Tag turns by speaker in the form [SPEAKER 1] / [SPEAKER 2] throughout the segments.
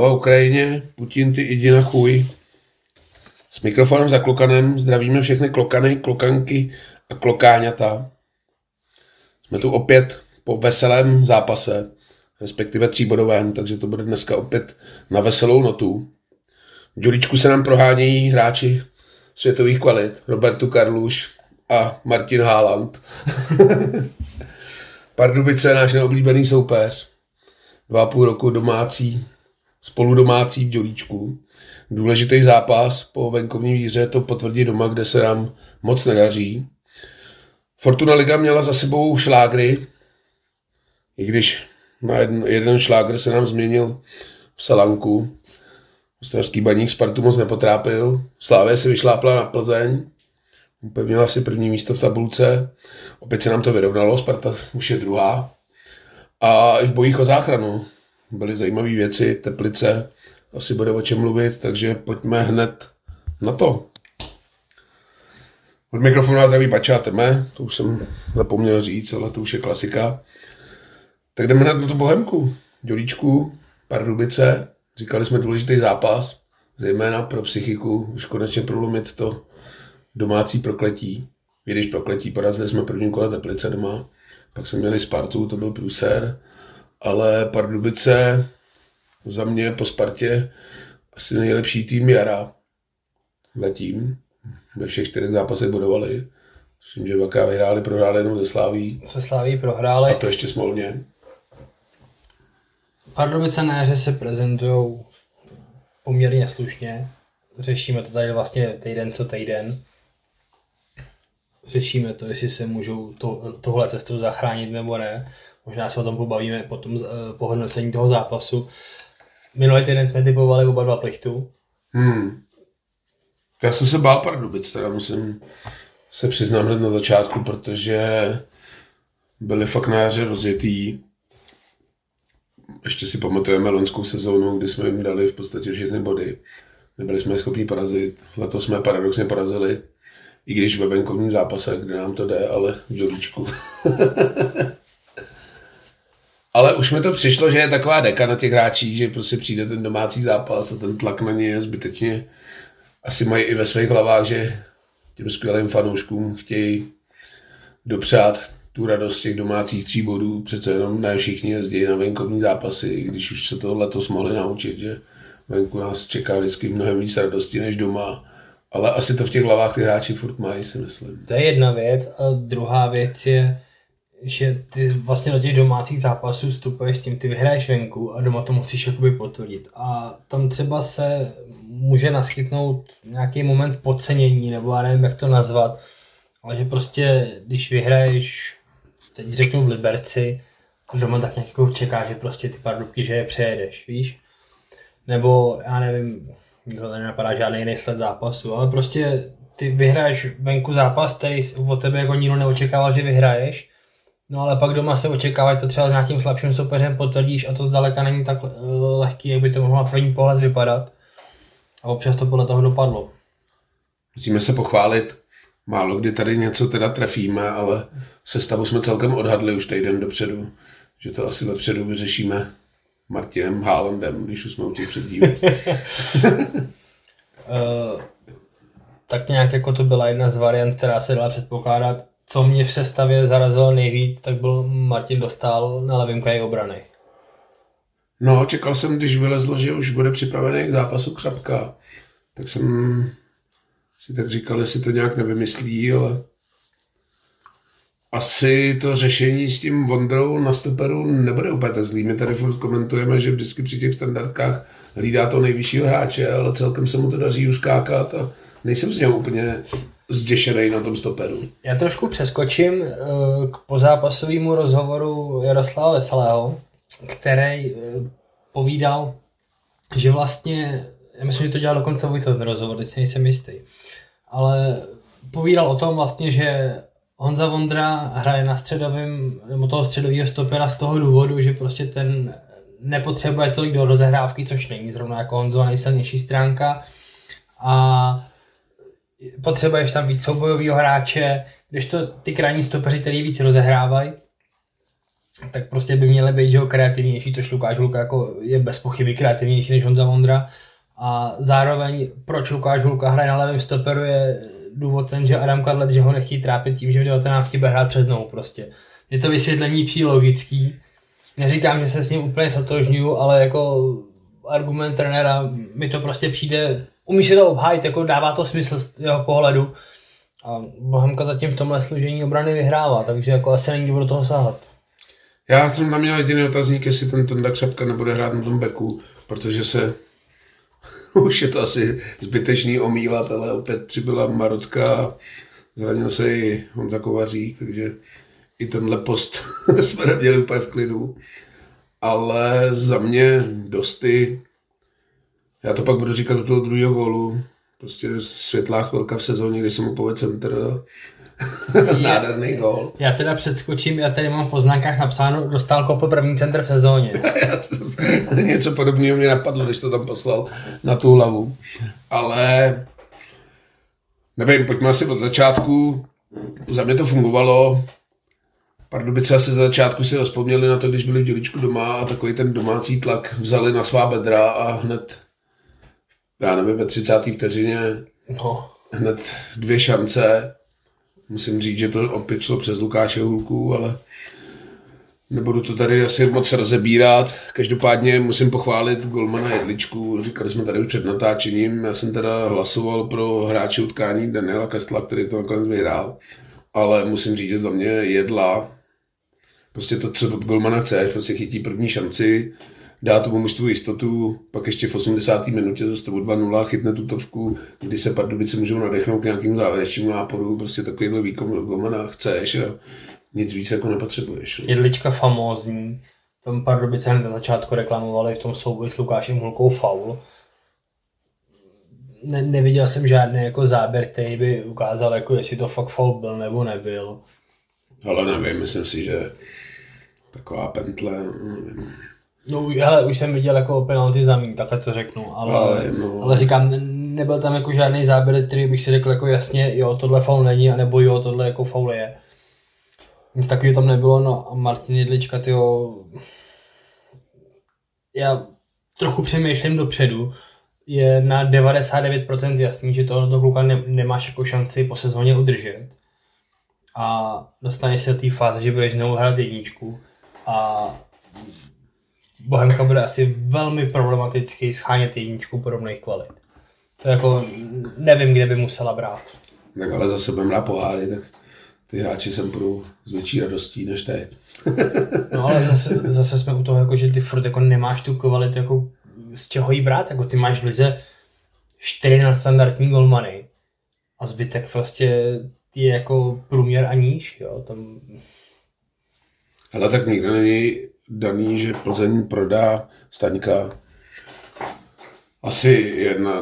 [SPEAKER 1] Sláva Ukrajině, Putin ty jdi na chuj. S mikrofonem za klokanem zdravíme všechny klokany, klokanky a klokáňata. Jsme tu opět po veselém zápase, respektive tříbodovém, takže to bude dneska opět na veselou notu. V Dělíčku se nám prohánějí hráči světových kvalit, Roberto Carlos a Martin Haaland. Pardubice, náš neoblíbený soupeř. 2,5 roku domácí, spoludomácí v Dělíčku. Důležitý zápas po venkovní výhře to potvrdí doma, kde se nám moc nedaří. Fortuna Liga měla za sebou šlágry, i když na jeden šlágr se nám změnil v Salanku. Ostravský Baník Spartu moc nepotrápil. Slávě se vyšlápla na Plzeň. Upevnila si první místo v tabulce. Opět se nám to vyrovnalo. Sparta už je druhá. A i v bojích o záchranu byly zajímavé věci. Teplice asi bude o čem mluvit, takže pojďme hned na to. Od mikrofonu nás zdraví Bača a Teme. To už jsem zapomněl říct, ale to už je klasika. Tak jdeme hned na tu Bohemku. Dělíčku, Pardubice. Říkali jsme důležitý zápas, zejména pro psychiku, už konečně prolomit to domácí prokletí. I když prokletí, porazili jsme prvním kole Teplice doma, pak jsme měli Spartu, to byl průser, ale Pardubice za mě po Spartě asi nejlepší tým jara. Zatím ve všech 4 zápasech bodovali. Myslím, že dvakrát vyhráli, prohráli jenom ze Slaví.
[SPEAKER 2] Se Slaví prohráli.
[SPEAKER 1] A to ještě smolně.
[SPEAKER 2] Pardubice na jaře se prezentují poměrně slušně. Řešíme to tady vlastně týden co týden. Řešíme to, jestli se můžou tohle cestou zachránit nebo ne. Možná se o tom pobavíme potom po hodnocení toho zápasu. Minulý týden jsme typovali oba dva plichtu.
[SPEAKER 1] Já jsem se bál Pardubic, teda musím se přiznat hned na začátku, protože byli fakt na jaře rozjetý. Ještě si pamatujeme loňskou sezónu, kdy jsme jim dali v podstatě všechny body. Nebyli jsme schopni porazit. Letos jsme paradoxně porazili, i když ve venkovním zápase, kde nám to jde, ale v Dělíčku. Ale už mi to přišlo, že je taková deka na těch hráčích, že prostě přijde ten domácí zápas a ten tlak na ně je zbytečně. Asi mají i ve svých hlavách, že těm skvělým fanouškům chtějí dopřát tu radost těch domácích 3 bodů. Přece jenom ne všichni jezdí na venkovní zápasy, když už se to letos mohli naučit, že venku nás čeká vždycky mnohem víc radosti než doma. Ale asi to v těch hlavách ty hráči furt mají, si myslím.
[SPEAKER 2] To je jedna věc a druhá věc je, že ty vlastně do těch domácích zápasů vstupuješ s tím, ty vyhraješ venku a doma to musíš jakoby potvrdit. A tam třeba se může naskytnout nějaký moment podcenění, nebo já nevím, jak to nazvat, ale že prostě, když vyhraješ, teď řeknu v Liberci, doma tak nějak jako čeká, že prostě ty Pardubky, že je přejedeš, víš? Nebo já nevím, to nenapadá žádný jiný sled zápasu, ale prostě ty vyhraješ venku zápas, který od tebe jako nikdo neočekával, že vyhraješ. No ale pak doma se očekává, že to třeba s nějakým slabším soupeřem potvrdíš a to zdaleka není tak lehký, jak by to mohlo na první pohled vypadat. A občas to podle toho dopadlo.
[SPEAKER 1] Musíme se pochválit, málo kdy tady něco teda trefíme, ale sestavu jsme celkem odhadli už týden dopředu, že to asi vepředu vyřešíme Martinem Haalandem, když už jsme u těch předdílů.
[SPEAKER 2] Tak nějak jako to byla jedna z variant, která se dala předpokládat. Co mě v sestavě zarazilo nejvíc, tak byl Martin Dostál na levém kraji obrany.
[SPEAKER 1] No, čekal jsem, když vylezlo, že už bude připravený k zápasu Křapka. Tak jsem si tak říkal, jestli to nějak nevymyslí, ale asi to řešení s tím Vondrou na stoperu nebude úplně tak zlý. My tady furt komentujeme, že vždycky při těch standardkách hlídá to nejvyššího hráče, ale celkem se mu to daří uskákat a nejsem z něho úplně zděšený na tom stoperu.
[SPEAKER 2] Já trošku přeskočím k pozápasovému rozhovoru Jaroslava Veselého, který povídal, že vlastně, já myslím, že to dělal dokonce Vojta ten rozhovor, teď si nejsem jistý, ale povídal o tom vlastně, že Honza Vondra hraje na středovém, nebo toho středového stopera z toho důvodu, že prostě ten nepotřebuje tolik do rozehrávky, což není zrovna jako Honzo nejsilnější stránka a potřebuješ tam víc soubojového hráče, kdežto ty krajní stopeři, který víc rozehrávají, tak prostě by měly být, že ho kreativnější, což Lukáš Hulka jako je bez pochyby kreativnější než Honza Vondra. A zároveň, proč Lukáš Hulka hraje na levém stoperu, je důvod ten, že Adam Kadlec, že ho nechtějí trápit tím, že v 19 bude hrát přes nohu prostě. Je to vysvětlení přijde logický. Neříkám, že se s ním úplně sotožňuju, ale jako argument trenéra mi to prostě přijde, umí si to obhájit, jako dává to smysl z jeho pohledu. A Bohemka zatím v tomhle složení obrany vyhrává, takže jako asi není důvod do toho sahat.
[SPEAKER 1] Já jsem tam měl jediný otazník, jestli ten Tonda Křapka nebude hrát na tom beku, protože se už je to asi zbytečný omílat, ale opět přibyla Marotka, zranil se i Honza Kovařík, takže i tenhle post jsme neměli úplně v klidu. Ale za mě Dosty, já to pak budu říkat do toho druhého gólu, prostě světlá chvilka v sezóně, kdy jsem mu povedl centr. Nádherný gól.
[SPEAKER 2] Já teda předskočím, já tady mám v poznámkách napsáno, dostal kopl první centr v sezóně.
[SPEAKER 1] Něco podobného mě napadlo, když to tam poslal na tu hlavu. Ale nevím, pojďme asi od začátku. Za mě to fungovalo. Pardubice asi za začátku si vzpomněli na to, když byli v Dělíčku doma a takový ten domácí tlak vzali na svá bedra a hned, já nevím, ve 30. vteřině hned 2 šance. Musím říct, že to opět šlo přes Lukáše Hulku, ale nebudu to tady asi moc rozebírat. Každopádně musím pochválit golmana Jedličku. Říkali jsme tady už před natáčením. Já jsem teda hlasoval pro hráče utkání Daniela Kastla, který to nakonec vyhrál. Ale musím říct, že za mě Jedla, prostě to, co od golmana chceš, prostě chytí první šanci, dá tomu mužstvu jistotu, pak ještě v 80. minutě za stavu 2-0 chytne tutovku, kdy se Pardubice můžou nadechnout k nějakému závěrečnému náporu, prostě takovýhle výkon od golmana chceš a nic víc jako nepotřebuješ.
[SPEAKER 2] Jedlička famózní, tam Pardubice hned na začátku reklamovali v tom souboji s Lukášem Hulkou faul. Neviděl jsem žádný jako záběr, který by ukázal, jako jestli to fakt faul byl nebo nebyl.
[SPEAKER 1] Ale nevím, myslím si, že taková pentle, nevím.
[SPEAKER 2] No hele, už jsem viděl jako penalty za míň, takhle to řeknu, ale říkám, nebyl tam jako žádný záběr, který bych si řekl jako jasně, jo, tohle faul není, anebo jo, tohle jako faul je. Nic takového tam nebylo, no a Martin Jedlička, tyjo, já trochu přemýšlím dopředu, je na 99% jasný, že tohoto kluka nemáš jako šanci po sezóně udržet. A dostaneš se do té fáze, že budeš znovu hrát jedničku a Bohemka bude asi velmi problematicky schánět jedničku podobných kvalit. To jako nevím, kde by musela brát.
[SPEAKER 1] Tak ale zase budeme hrát poháry, tak ty hráči sem půjdou s větší radostí než teď.
[SPEAKER 2] No ale zase jsme u toho, jako, že ty furt jako nemáš tu kvalitu, jako, z čeho jí brát. Jako, ty máš v lize 4 nadstandardní golmany a zbytek prostě je jako průměr a níž. Jo? Tam...
[SPEAKER 1] Ale tak nikdo není daný, že Plzeň prodá Staňka. Asi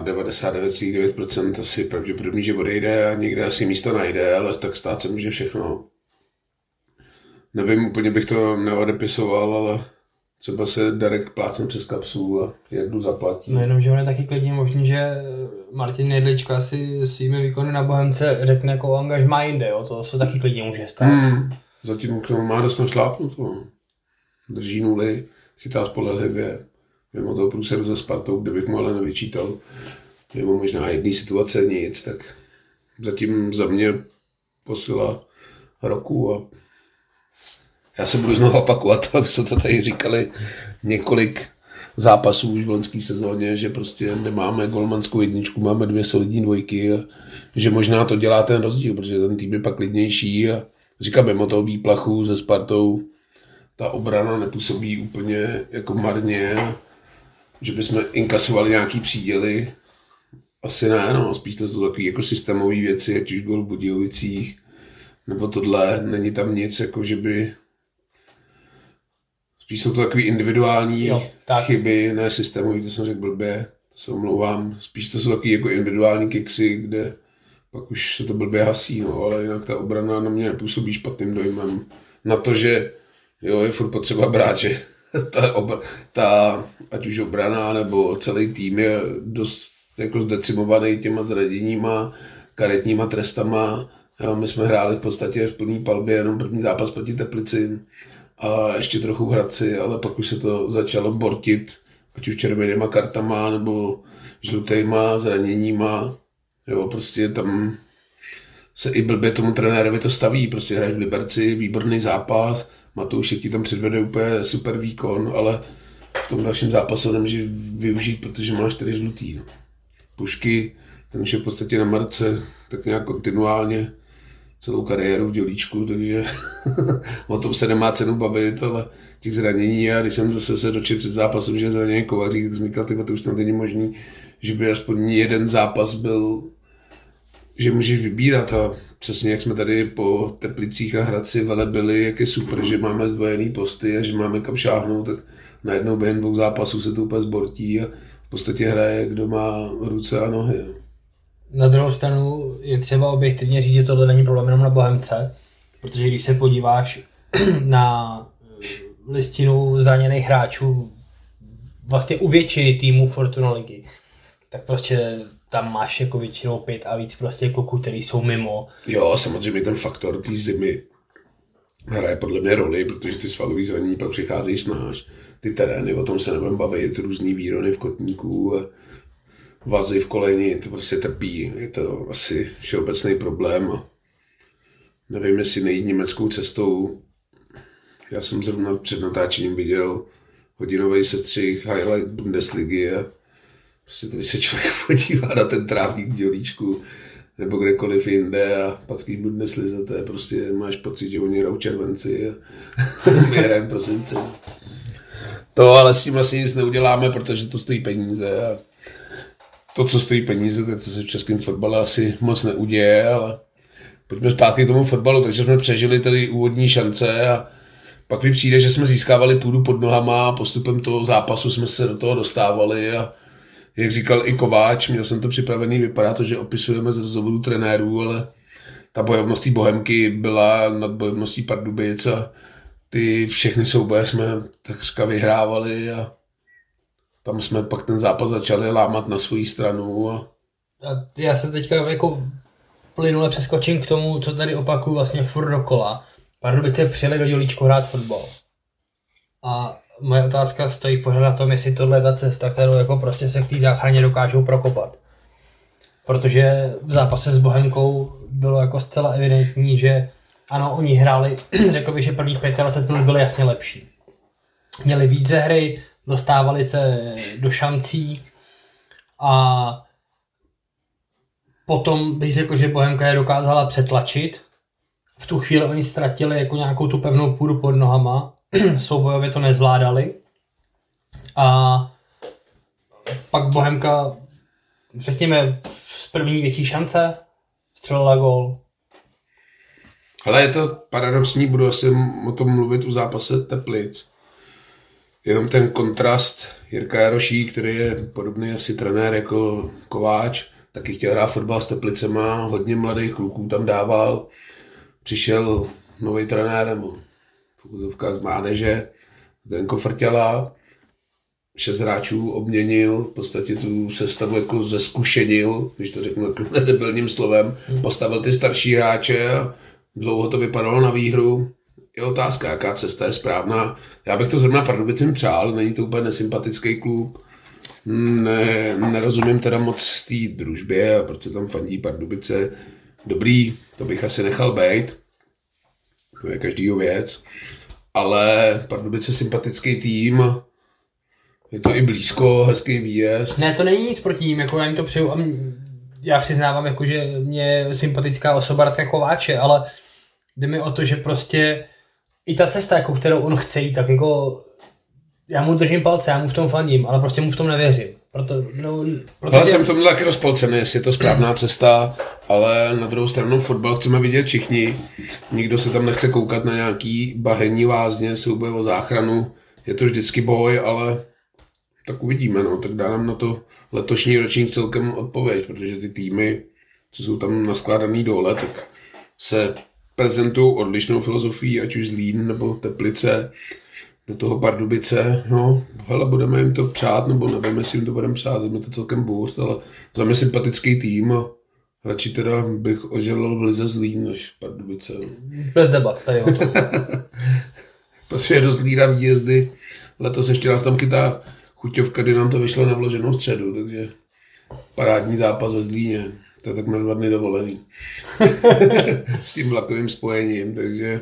[SPEAKER 1] 99,9% asi pravděpodobně, že odejde a někde asi místo najde, ale tak stát se může všechno. Nevím, úplně bych to neodepisoval, ale třeba se Darek plácne přes kapsu a Jedlu zaplatí.
[SPEAKER 2] No jenom, že on je taky klidně možný, že Martin Jedlička si svými výkony na Bohemce řekne jako angažmá jinde, jo? To se taky klidně může stát.
[SPEAKER 1] Zatím k tomu má dost našlápnuto. Drží nuly, chytá spolehlivě. Mimo toho průseru se Spartou, kde bych mu ale nevyčítal. Mimo možná jedné situace nic, tak zatím za mě posila roku a já se budu znovu opakovat, aby se to tady říkali několik zápasů už v loňské sezóně, že prostě nemáme golmanskou jedničku, máme 2 solidní dvojky a že možná to dělá ten rozdíl, protože ten tým je pak klidnější a říkám, mimo toho výplachu se Spartou ta obrana nepůsobí úplně jako marně, že bychom inkasovali nějaký příděly. Asi ne, no, spíš to jsou takové jako systémové věci, ať už gól v Budějovicích, nebo tohle, není tam nic, jako že by... Spíš jsou to takové individuální chyby, ne systémové, to jsem řekl blbě, to se omlouvám. Spíš to jsou takové jako individuální kiksy, kde pak už se to blbě hasí, no, ale jinak ta obrana na mě nepůsobí špatným dojmem. Na to, že jo, je furt potřeba brát, že ta ať už obrana nebo celý tým je dost jako zdecimovaný těma zraněníma, karetníma trestama. Jo, my jsme hráli v podstatě v plný palbě jenom první zápas proti Teplicím a ještě trochu v Hradci, ale pak už se to začalo bortit, ať už červenýma kartama nebo žlutejma zraněníma. Jo, prostě tam se i blbě tomu trenérovi to staví, prostě hraješ v Liberci, výborný zápas, Matoušek ti tam předvede úplně super výkon, ale v tom dalším zápasu nemůžeš využít, protože máš 4 žlutý. No. Pušky, ten už je v podstatě na Marce tak nějak kontinuálně celou kariéru v Dělíčku, takže o tom se nemá cenu bavit, ale těch zranění, a když jsem zase se dočetl před zápasem, že zranění Kovařík, tak říkal, to už tam není možný, že by aspoň jeden zápas byl, že můžeš vybírat, a přesně jak jsme tady po Teplicích a Hradci velebili, jak je super, že máme zdvojený posty a že máme kam šáhnout, tak najednou během 2 zápasů se to úplně zbortí a v podstatě hraje, kdo má ruce a nohy.
[SPEAKER 2] Na druhou stranu je třeba objektivně říct, že tohle není problém jenom na Bohemce, protože když se podíváš na listinu zraněných hráčů vlastně u většiny týmů Fortuna ligy, tak prostě tam máš jako většinou 5 a víc prostě kluků, který jsou mimo.
[SPEAKER 1] Jo, samozřejmě ten faktor té zimy hraje podle mě roli, protože ty svalové zranění pak přicházejí snáš. Ty terény, o tom se nebudeme bavit, různý výrony v kotníku, vazy v koleni, to prostě trpí. Je to asi všeobecný problém. Nevím, jestli nejít německou cestou. Já jsem zrovna před natáčením viděl hodinový sestřih highlight Bundesligy a prostě tady se člověk podívá na ten trávník v Dělíčku nebo kdekoliv jinde a pak v té Bundeslize to je prostě, máš pocit, že oni hrajou červenci a my hrajeme prosinci. To ale s tím asi nic neuděláme, protože to stojí peníze a to, co stojí peníze, tak to se v českém fotbale asi moc neuděje, ale pojďme zpátky k tomu fotbalu, takže jsme přežili tady úvodní šance a pak mi přijde, že jsme získávali půdu pod nohama a postupem toho zápasu jsme se do toho dostávali a jak říkal i Kováč, měl jsem to připravený, vypadá to, že opisujeme z rozhovoru trenérů, ale ta bojovnost té Bohemky byla nad bojovností Pardubic a ty všechny souboje jsme takřka vyhrávali a tam jsme pak ten zápas začali lámat na svou stranu. A
[SPEAKER 2] já se teďka jako plynule přeskočím k tomu, co tady opakuju vlastně furt dokola. Pardubice přijeli do Dělíčku hrát fotbal. A moje otázka stojí pořád na tom, jestli tohle je ta cesta, kterou jako prostě se k té záchraně dokážou prokopat. Protože v zápase s Bohemkou bylo jako zcela evidentní, že ano, oni hráli, řekl bych, že prvních 25 minut byly jasně lepší. Měli víc hry, dostávali se do šancí a potom bych řekl, že Bohemka je dokázala přetlačit. V tu chvíli oni ztratili jako nějakou tu pevnou půdu pod nohama, soubojově to nezvládali a pak Bohemka, řekněme, z první větší šance střelila gól.
[SPEAKER 1] Ale je to paradoxní, budu asi o tom mluvit u zápase Teplic. Jenom ten kontrast Jirka Jarošík, který je podobný asi trenér jako Kováč, taky chtěl hrát fotbal s Teplicema, hodně mladých kluků tam dával. Přišel nový trenér, nebo v úzovkách mládeže, Zdenko Frtěla, 6 hráčů obměnil, v podstatě tu sestavu jako zeskušenil, když to řeknu takovým debilním slovem, postavil ty starší hráče a dlouho to vypadalo na výhru. Je otázka, jaká cesta je správná. Já bych to zrovna Pardubicím přál, není to úplně nesympatický klub. Nerozumím teda moc té družbě a proč se tam fandí Pardubice. Dobrý, to bych asi nechal bejt. To je každýho věc. Ale Pardubice je sympatický tým. Je to i blízko, hezký výjezd.
[SPEAKER 2] Ne, to není nic proti ním, jako já jim to přeju. Já přiznávám, jako, že mě je sympatická osoba Radka Kováče, ale jde mi o to, že prostě i ta cesta, jako, kterou on chce jít, tak jako já mu držím palce, já mu v tom fandím, ale prostě mu v tom nevěřím.
[SPEAKER 1] Ale jsem v tom taky rozpolcený, jestli je to správná cesta, ale na druhou stranu fotbal chceme vidět všichni. Nikdo se tam nechce koukat na nějaký bahenní lázně, souboj o záchranu. Je to vždycky boj, ale tak uvidíme, no. Tak dá nám na to letošní ročník celkem odpověď, protože ty týmy, co jsou tam naskládaný dole, tak se prezentují odlišnou filozofii, ať už Zlín nebo Teplice, do toho Pardubice, no, hele, budeme jim to přát, nebo nevím, jestli jim to budeme přát, je to celkem boost, ale za mě sympatický tým a radši teda bych oželil v lize Zlín než Pardubice.
[SPEAKER 2] Bez debat, tady o to.
[SPEAKER 1] Prostě je dost líra výjezdy. Letos ještě nás tam chytá chuťovka, kdy nám to vyšlo na vloženou středu, takže parádní zápas ve Zlíně. To je tak na 2 dny dovolený. S tím vlakovým spojením, takže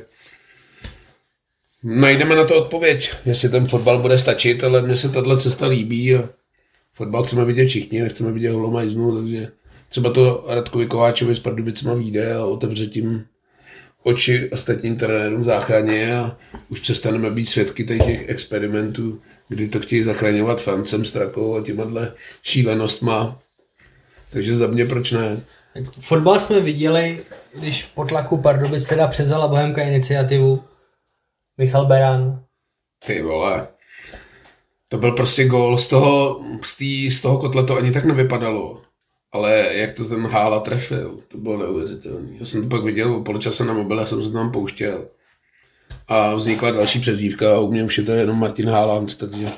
[SPEAKER 1] najdeme na to odpověď, jestli ten fotbal bude stačit, ale mně se tato cesta líbí a fotbal chceme vidět všichni, nechceme vidět holomajznu, takže třeba to Radkovi Kováčovi s Pardubicema vyjde a otevře tím oči ostatním trenérům záchraně a už přestaneme být svědky těch experimentů, kdy to chtějí zachraňovat Francem, Strakou a těmahle šílenostma. Takže za mě proč ne?
[SPEAKER 2] Fotbal jsme viděli, když po tlaku Pardubic teda převzala Bohemka iniciativu. Michal Beran.
[SPEAKER 1] Ty vole. To byl prostě gól, z toho kotle to ani tak nevypadalo. Ale jak to ten Hála trefil, to bylo neuvěřitelné. Já jsem to pak viděl o poločase na mobile, jsem se tam pouštěl. A vznikla další přezdívka a u mě už je to jenom Martin Haaland, takže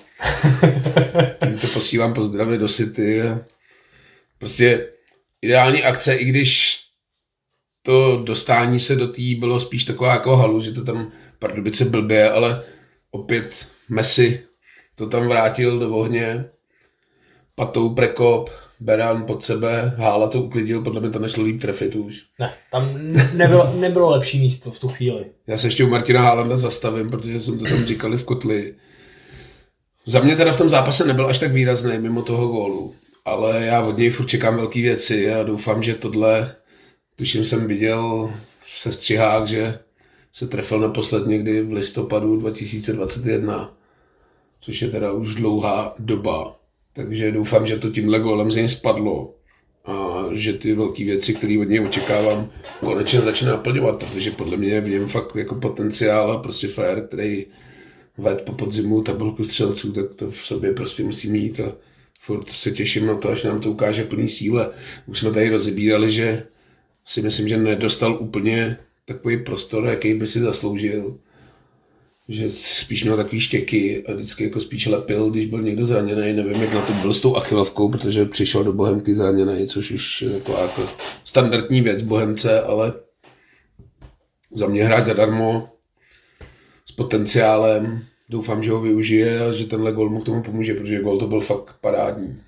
[SPEAKER 1] to posílám pozdravy do City. Prostě ideální akce, i když to dostání se do té bylo spíš taková jako halu, že to tam Pardubice blbě, ale opět Messi to tam vrátil do ohně, patou prekop, Beran pod sebe, Hála to uklidil, podle mě to nešlo líp trefit už.
[SPEAKER 2] Ne, tam nebylo lepší místo v tu chvíli.
[SPEAKER 1] Já se ještě u Martina Haalanda zastavím, protože jsem to tam říkali v kotli. Za mě teda v tom zápase nebyl až tak výrazný mimo toho gólu, ale já od něj furt čekám velké věci a doufám, že tohle, tuším jsem viděl v sestřihách, že se trefil naposled někdy v listopadu 2021, což je teda už dlouhá doba. Takže doufám, že to tímhle gólem z něj spadlo a že ty velké věci, které od něj očekávám, konečně začne naplňovat, protože podle mě je v něm fakt jako potenciál a prostě frajer, který ved po podzimu tabulku střelců, tak to v sobě prostě musí mít a furt se těším na to, až nám to ukáže plný síle. Už jsme tady rozebírali, že si myslím, že nedostal úplně takový prostor, jaký by si zasloužil. Že spíš měl takový štěky a vždycky jako spíš lepil, když byl někdo zraněný. Nevím, jak na to byl s tou achilovkou, protože přišel do Bohemky zraněný, což už je taková jako standardní věc Bohemce, ale za mě hráč zadarmo s potenciálem. Doufám, že ho využije a že tenhle gól mu k tomu pomůže, protože gól to byl fakt parádní.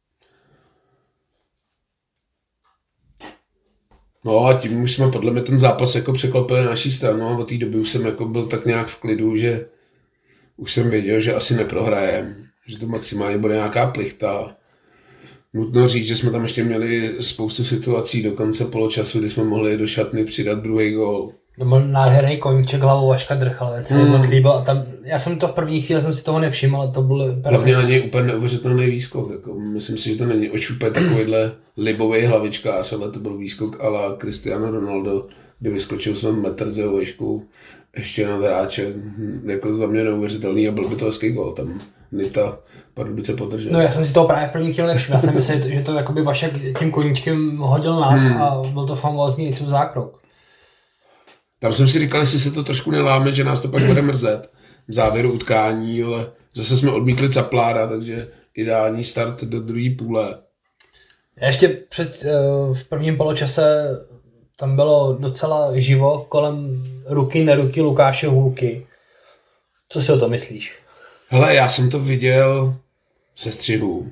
[SPEAKER 1] No a tím už jsme podle mě ten zápas jako překlopili na naší stranu a od té doby už jsem jako byl tak nějak v klidu, že už jsem věděl, že asi neprohrajem, že to maximálně bude nějaká plichta. Nutno říct, že jsme tam ještě měli spoustu situací do konce poločasu, kdy jsme mohli do šatny přidat druhý gól.
[SPEAKER 2] To byl nádherný koníček hlavou Vaška Drchala, ten se mi moc líbil a tam, já jsem to v první chvíli jsem si toho nevšiml, ale to bylo
[SPEAKER 1] hlavně na něj úplně neuvěřitelný výskok, jako, myslím si, že to není očupe takovýhle libový hlavičkář, ale to byl výskok a la Cristiano Ronaldo, kdy vyskočil jsem metr z jeho výšku ještě nad hráče, jako za mě neuvěřitelný a byl by to hezký gól, tam Nita Pardubice podržel.
[SPEAKER 2] No já jsem si toho právě v první chvíli nevšiml, já jsem myslel, že to jakoby Vašek tím koníčkem hodil nad a byl to famózní Nicův zákrok.
[SPEAKER 1] Tam jsem si říkal, jestli se to trošku neláme, že nás to pak bude mrzet v závěru utkání, ale zase jsme odmítli Caplára, takže ideální start do druhé půle.
[SPEAKER 2] Ještě v prvním poločase tam bylo docela živo kolem ruky neruky Lukáše Hůlky. Co si o to myslíš?
[SPEAKER 1] Hele, já jsem to viděl se střihu,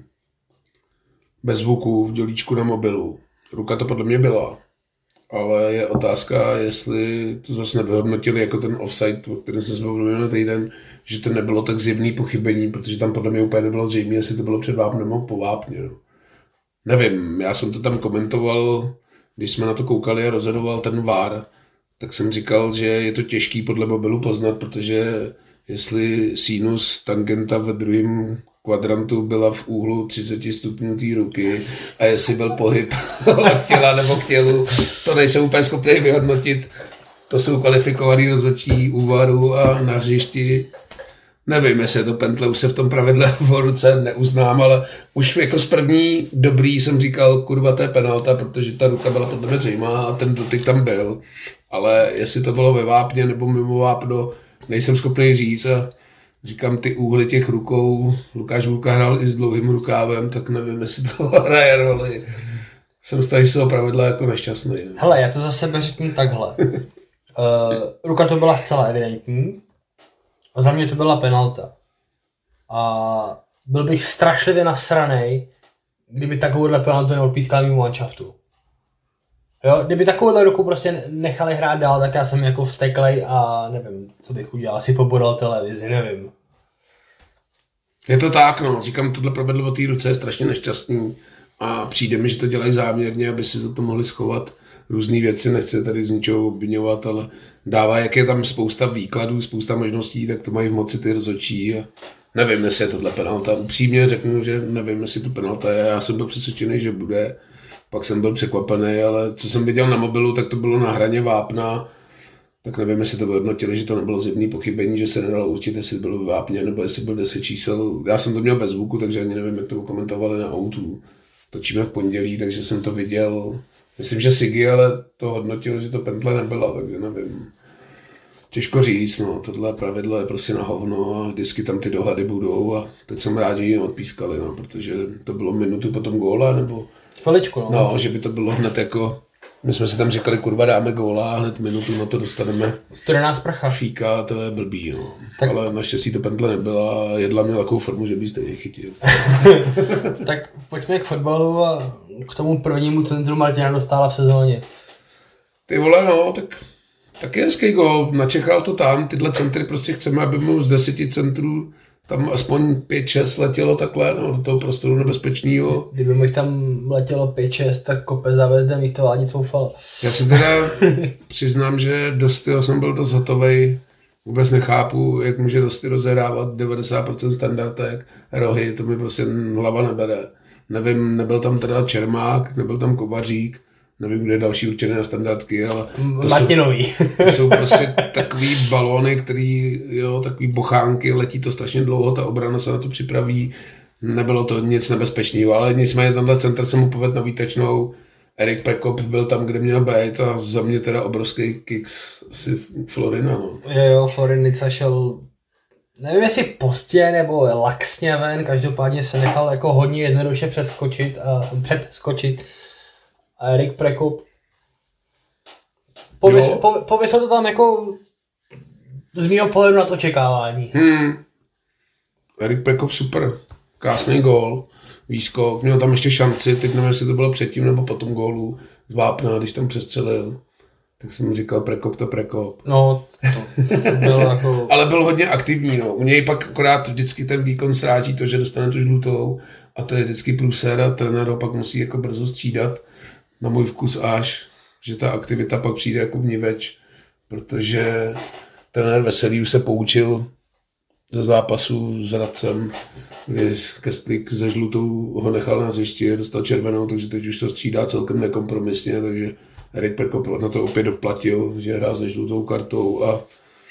[SPEAKER 1] bez zvuku, v dělíčku na mobilu. Ruka to podle mě byla. Ale je otázka, jestli to zase nevyhodnotili jako ten offside, o kterém jsme mluvili na týden, že to nebylo tak zjevný pochybení, protože tam podle mě úplně nebylo zřejmé, jestli to bylo před vápnem nebo po vápně. No. Nevím, já jsem to tam komentoval, když jsme na to koukali a rozhodoval ten VAR, tak jsem říkal, že je to těžký podle mobilu poznat, protože jestli sinus tangenta ve druhém kvadrantu byla v úhlu 30 stupňů té ruky a jestli byl pohyb od těla nebo k tělu, to nejsem úplně schopný vyhodnotit. To jsou kvalifikovaný rozhodčí úvaru a na hřišti. Nevím, jestli je to pentle, už se v tom pravidle v ruce neuznám, ale už jako z první dobrý jsem říkal, kurva, to je penalta, protože ta ruka byla podle mě zřejmá a ten dotyk tam byl. Ale jestli to bylo ve vápně nebo mimo vápno, nejsem schopný říct a říkám, ty úhly těch rukou, Lukáš Hůlka hrál i s dlouhým rukávem, tak nevím, jestli to hraje roli. Jsem z toho pravidla jako nešťastný.
[SPEAKER 2] Hele, já to za sebe řeknu takhle. Ruka to byla zcela evidentní, A za mě to byla penalta. A byl bych strašlivě nasranej, kdyby takovouhle penaltu neodpískal mimo manšaftu. Jo, kdyby takovouhle ruku prostě nechali hrát dál, tak já jsem jako vzteklej a nevím, co bych udělal, asi pobodal televizi, nevím.
[SPEAKER 1] Je to tak, no, říkám, tohle provedlo o té ruce je strašně nešťastný a přijde mi, že to dělají záměrně, aby si za to mohli schovat různé věci, nechci tady z ničeho obviňovat, ale dává, jak je tam spousta výkladů, spousta možností, tak to mají v moci ty rozhodčí a nevím, jestli je tohle penalta. Upřímně řeknu, že nevím, jestli to penalta je, já jsem byl přesvědčený, že bude, pak jsem byl překvapený, ale co jsem viděl na mobilu, tak to bylo na hraně vápna, tak nevím, jestli to vyhodnotili, že to nebylo zjevný pochybení, že se nedalo určit, jestli bylo ve vápně, nebo jestli byl 10 čísel. Já jsem to měl bez zvuku, takže ani nevím, jak to komentovali na autu. Točíme v pondělí, takže jsem to viděl. Myslím, že Sigi, ale to hodnotil, že to pentle nebyla, takže nevím. Těžko říct, no, tohle pravidlo je prostě na hovno a vždycky tam ty dohady budou a teď jsem rád, že ji odpískali, no, protože to bylo minutu po tom góle, nebo...
[SPEAKER 2] Chviličku, no.
[SPEAKER 1] No, že by to bylo hned jako... My jsme si tam říkali, kurva, dáme góla a hned minutu na to dostaneme.
[SPEAKER 2] Studená sprcha.
[SPEAKER 1] Fíka, to je blbý, no.
[SPEAKER 2] Tak...
[SPEAKER 1] Ale naštěstí to pentle nebyla a jedla měla takovou formu, že by stejně chytil.
[SPEAKER 2] Tak pojďme k fotbalu a k tomu prvnímu centru Martina Dostála v sezóně.
[SPEAKER 1] Ty vole, no, tak je hezký gól. Načechal to tam, tyhle centry prostě chceme, aby mu z 10 centrů tam aspoň 5-6 letělo takhle, no, do toho prostoru nebezpečného.
[SPEAKER 2] Kdyby mu jich tam letělo 5-6, tak kope závězde místo Vládic Foufala.
[SPEAKER 1] Já si teda přiznám, že Dostyho jsem byl dost hotovej. Vůbec nechápu, jak může Dosty rozehrávat 90% standardek, rohy, to mi prostě hlava nebere. Nevím, nebyl tam teda Čermák, nebyl tam Kovařík, nevím, kde je další určené na standardky, ale
[SPEAKER 2] Martinový.
[SPEAKER 1] To jsou prostě takový balóny, který, jo, takový bochánky, letí to strašně dlouho, ta obrana se na to připraví, nebylo to nic nebezpečného, ale nicméně tenhle centr se mu povedl na výtečnou, Erik Prekop byl tam, kde měl být a za mě teda obrovský kicks asi Florina, no.
[SPEAKER 2] Jo, Florinica šel, nevím jestli postě nebo laxně ven, každopádně se nechal jako hodně jednoduše předskočit a Erik Prekop pověsil to tam jako z mýho pohledu nad očekávání.
[SPEAKER 1] Erik Prekop super, krásný gól, výskok, měl tam ještě šanci, teď nevím, jestli to bylo předtím nebo po tom gólu z vápna, když tam přestřelil, tak jsem říkal Prekop to Prekop.
[SPEAKER 2] No, to bylo jako...
[SPEAKER 1] Ale byl hodně aktivní, no. U něj pak akorát vždycky ten výkon sráží to, že dostane tu žlutou a to je vždycky průser a trenér ho pak musí jako brzo střídat. Na můj vkus až, že ta aktivita pak přijde jako vniveč, protože trenér Veselý už se poučil ze zápasu s Hradcem, kdy Kestlík ze žlutou ho nechal na hřišti, dostal červenou, takže teď už to střídá celkem nekompromisně, takže Erik Prekop na to opět doplatil, že hrál se žlutou kartou a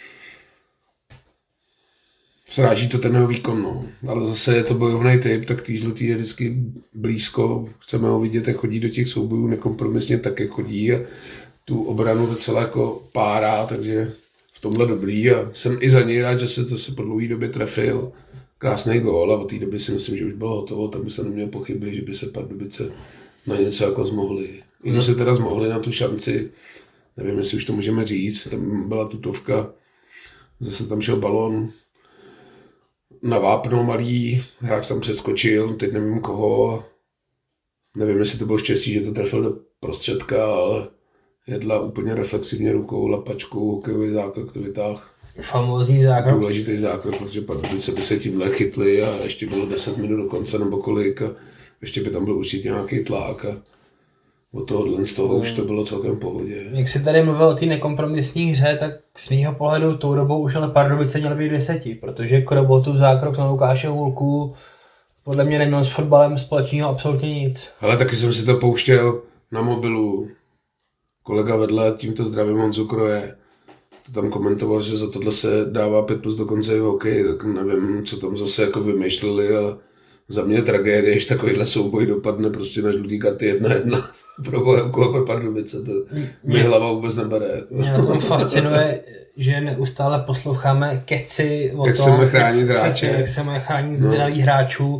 [SPEAKER 1] sráží to ten jeho výkon, no. Ale zase je to bojovný typ, tak tý žlutý je vždycky blízko, chceme ho vidět, jak chodí do těch soubojů nekompromisně tak, jak chodí a tu obranu docela jako párá, takže v tomhle dobrý a jsem i za něj rád, že se zase po dlouhé době trefil. Krásný gól a od té doby si myslím, že už bylo hotovo, tam by se neměl pochyby, že by se Pardubice na něco jako zmohli. I že se teda zmohli na tu šanci, nevím, jestli už to můžeme říct, tam byla tutovka, zase tam šel balón na vápno malý, hráč tam přeskočil, teď nevím koho, nevím, jestli to bylo štěstí, že to trefil do prostředka, ale jedla úplně reflexivně rukou, lapačkou, hokejový zákrok to vytáhl.
[SPEAKER 2] Famózní zákrok.
[SPEAKER 1] Důležitý zákrok, protože Pardubice by se tímhle chytli a ještě bylo 10 minut do konce nebo kolik a ještě by tam byl určitě nějaký tlak a od tohohle z toho už to bylo celkem v pohodě.
[SPEAKER 2] Jak jsi tady mluvil o té nekompromisní hře, tak z mýho pohledu tou dobou už ale Pardubice měl být 10, protože Krobotův zákrok na Lukáše Hůlku podle mě neměl s fotbalem společného absolutně nic.
[SPEAKER 1] Ale taky jsem si to pouštěl na mobilu. Kolega vedle, tímto zdravím Honzu Kroje, to tam komentoval, že za tohle se dává 5+ do konce i hokej, tak nevím, co tam zase jako vymýšleli, ale za mě je tragédie, že takovýhle souboj dopadne prostě na žlutý karty 1-1 pro Bohemku a pro Pardubice, to mi hlava vůbec nebere.
[SPEAKER 2] Mě na tom fascinuje, že neustále posloucháme keci o
[SPEAKER 1] jak
[SPEAKER 2] tom,
[SPEAKER 1] se mají chránit hráče.
[SPEAKER 2] Jak se mají chránit zdraví hráčů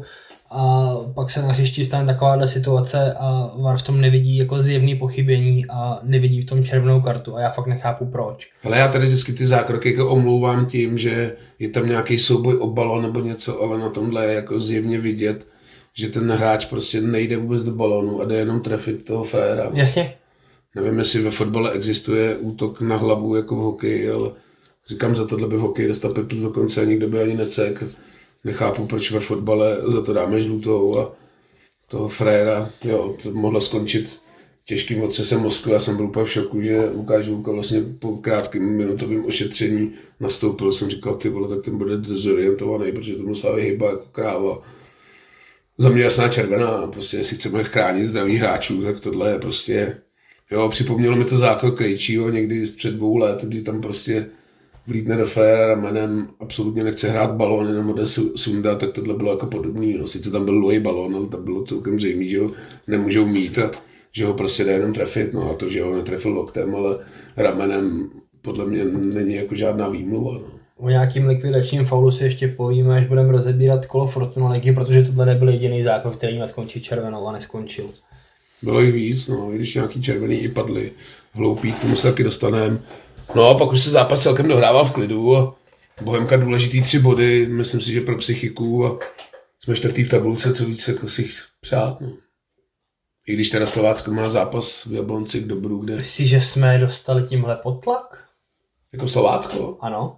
[SPEAKER 2] a pak se na hřišti stane takováhle situace a VAR v tom nevidí jako zjevný pochybení a nevidí v tom červenou kartu a já fakt nechápu proč.
[SPEAKER 1] Ale já tady vždycky ty zákroky jako omlouvám tím, že je tam nějaký souboj o balón nebo něco, ale na tomhle je jako zjevně vidět, že ten hráč prostě nejde vůbec do balónu a jde jenom trefit toho fréra.
[SPEAKER 2] Jasně.
[SPEAKER 1] Nevím, jestli ve fotbale existuje útok na hlavu jako v hokeji, ale říkám, za tohle by v hokeji dostal 5 do konce a nikdo by ani necek. Nechápu, proč ve fotbale za to dáme žlutou a toho fréra, jo, to mohlo skončit těžkým otřesem mozku. Já jsem byl úplně v šoku, že Lukáš Žulka vlastně po krátkém minutovém ošetření nastoupil. Jsem říkal, ty vole, tak ten bude dezorientovaný, protože to musela vyhýbat jako kráva. Za mě jasná červená, prostě jestli chceme chránit zdraví hráčů, tak tohle je prostě, jo, připomnělo mi to zákrok Krejčího někdy před 2 let, kdy tam prostě vlítne do féra ramenem, absolutně nechce hrát balón, jenom ho jde sundat, tak tohle bylo jako podobný. No. Sice tam byl dlouhý balón, ale tam bylo celkem zřejmé, že ho nemůžou mít a že ho prostě jde jenom trefit. No a to, že ho netrefil loktem, ale ramenem, podle mě není jako žádná výmluva. No.
[SPEAKER 2] O nějakým likvidačním faulu si ještě povíme, až budeme rozebírat kolo Fortuna ligy, protože tohle nebyl jediný zákrok, který měl skončit červenou a neskončil.
[SPEAKER 1] Bylo jich víc, no, i když nějaký červený i padly hloupí, k tomu se taky dostaneme. No a pak už se zápas celkem dohrával v klidu a Bohemka důležitý 3 body, myslím si, že pro psychiku a jsme 4. v tabulce, co víc jako si přát. No. I když teda Slovácko má zápas v Jablonci k dobru, kde...
[SPEAKER 2] Myslíš, že jsme dostali tímhle potlak?
[SPEAKER 1] Jako Slovácko?
[SPEAKER 2] Ano.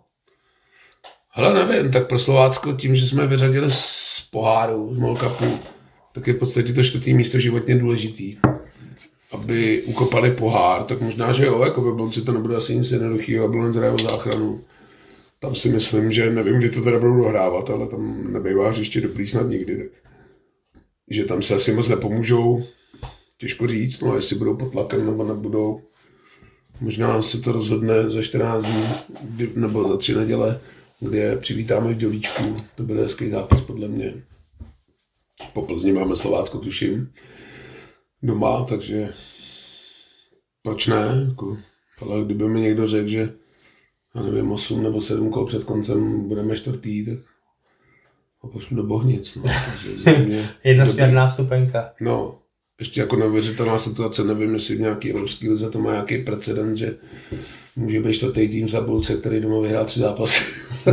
[SPEAKER 1] Hele, nevím, tak pro Slovácko tím, že jsme vyřadili z poháru, z Mall Cupu, tak je v podstatě to 4. místo životně důležitý. Aby ukopali pohár, tak možná, že jo, jako v Jablonci to nebude asi nic jednoduchého, Jablonec hraje o záchranu. Tam si myslím, že nevím, kdy to teda budou dohrávat, ale tam nebývá hřiště dobrý snad nikdy. Tak. Že tam se asi moc nepomůžou, těžko říct, no jestli budou pod tlakem nebo nebudou. Možná se to rozhodne za 14 dní, nebo za 3 neděle, kde přivítáme v Dělíčku. To byl hezký zápas podle mě. Po Plzni máme Slovácko, tuším, doma, takže proč ne? Jako, ale kdyby mi někdo řekl, že já nevím, 8 nebo 7 kol před koncem budeme 4., tak ho pošlu do Bohnic. No.
[SPEAKER 2] Jednosměrná vstupenka.
[SPEAKER 1] No, ještě jako neuvěřitelná situace, nevím, jestli v nějaký evropský lize to má nějaký precedent, že může být 4. tým z tabulce, který doma vyhrál 3 zápasy.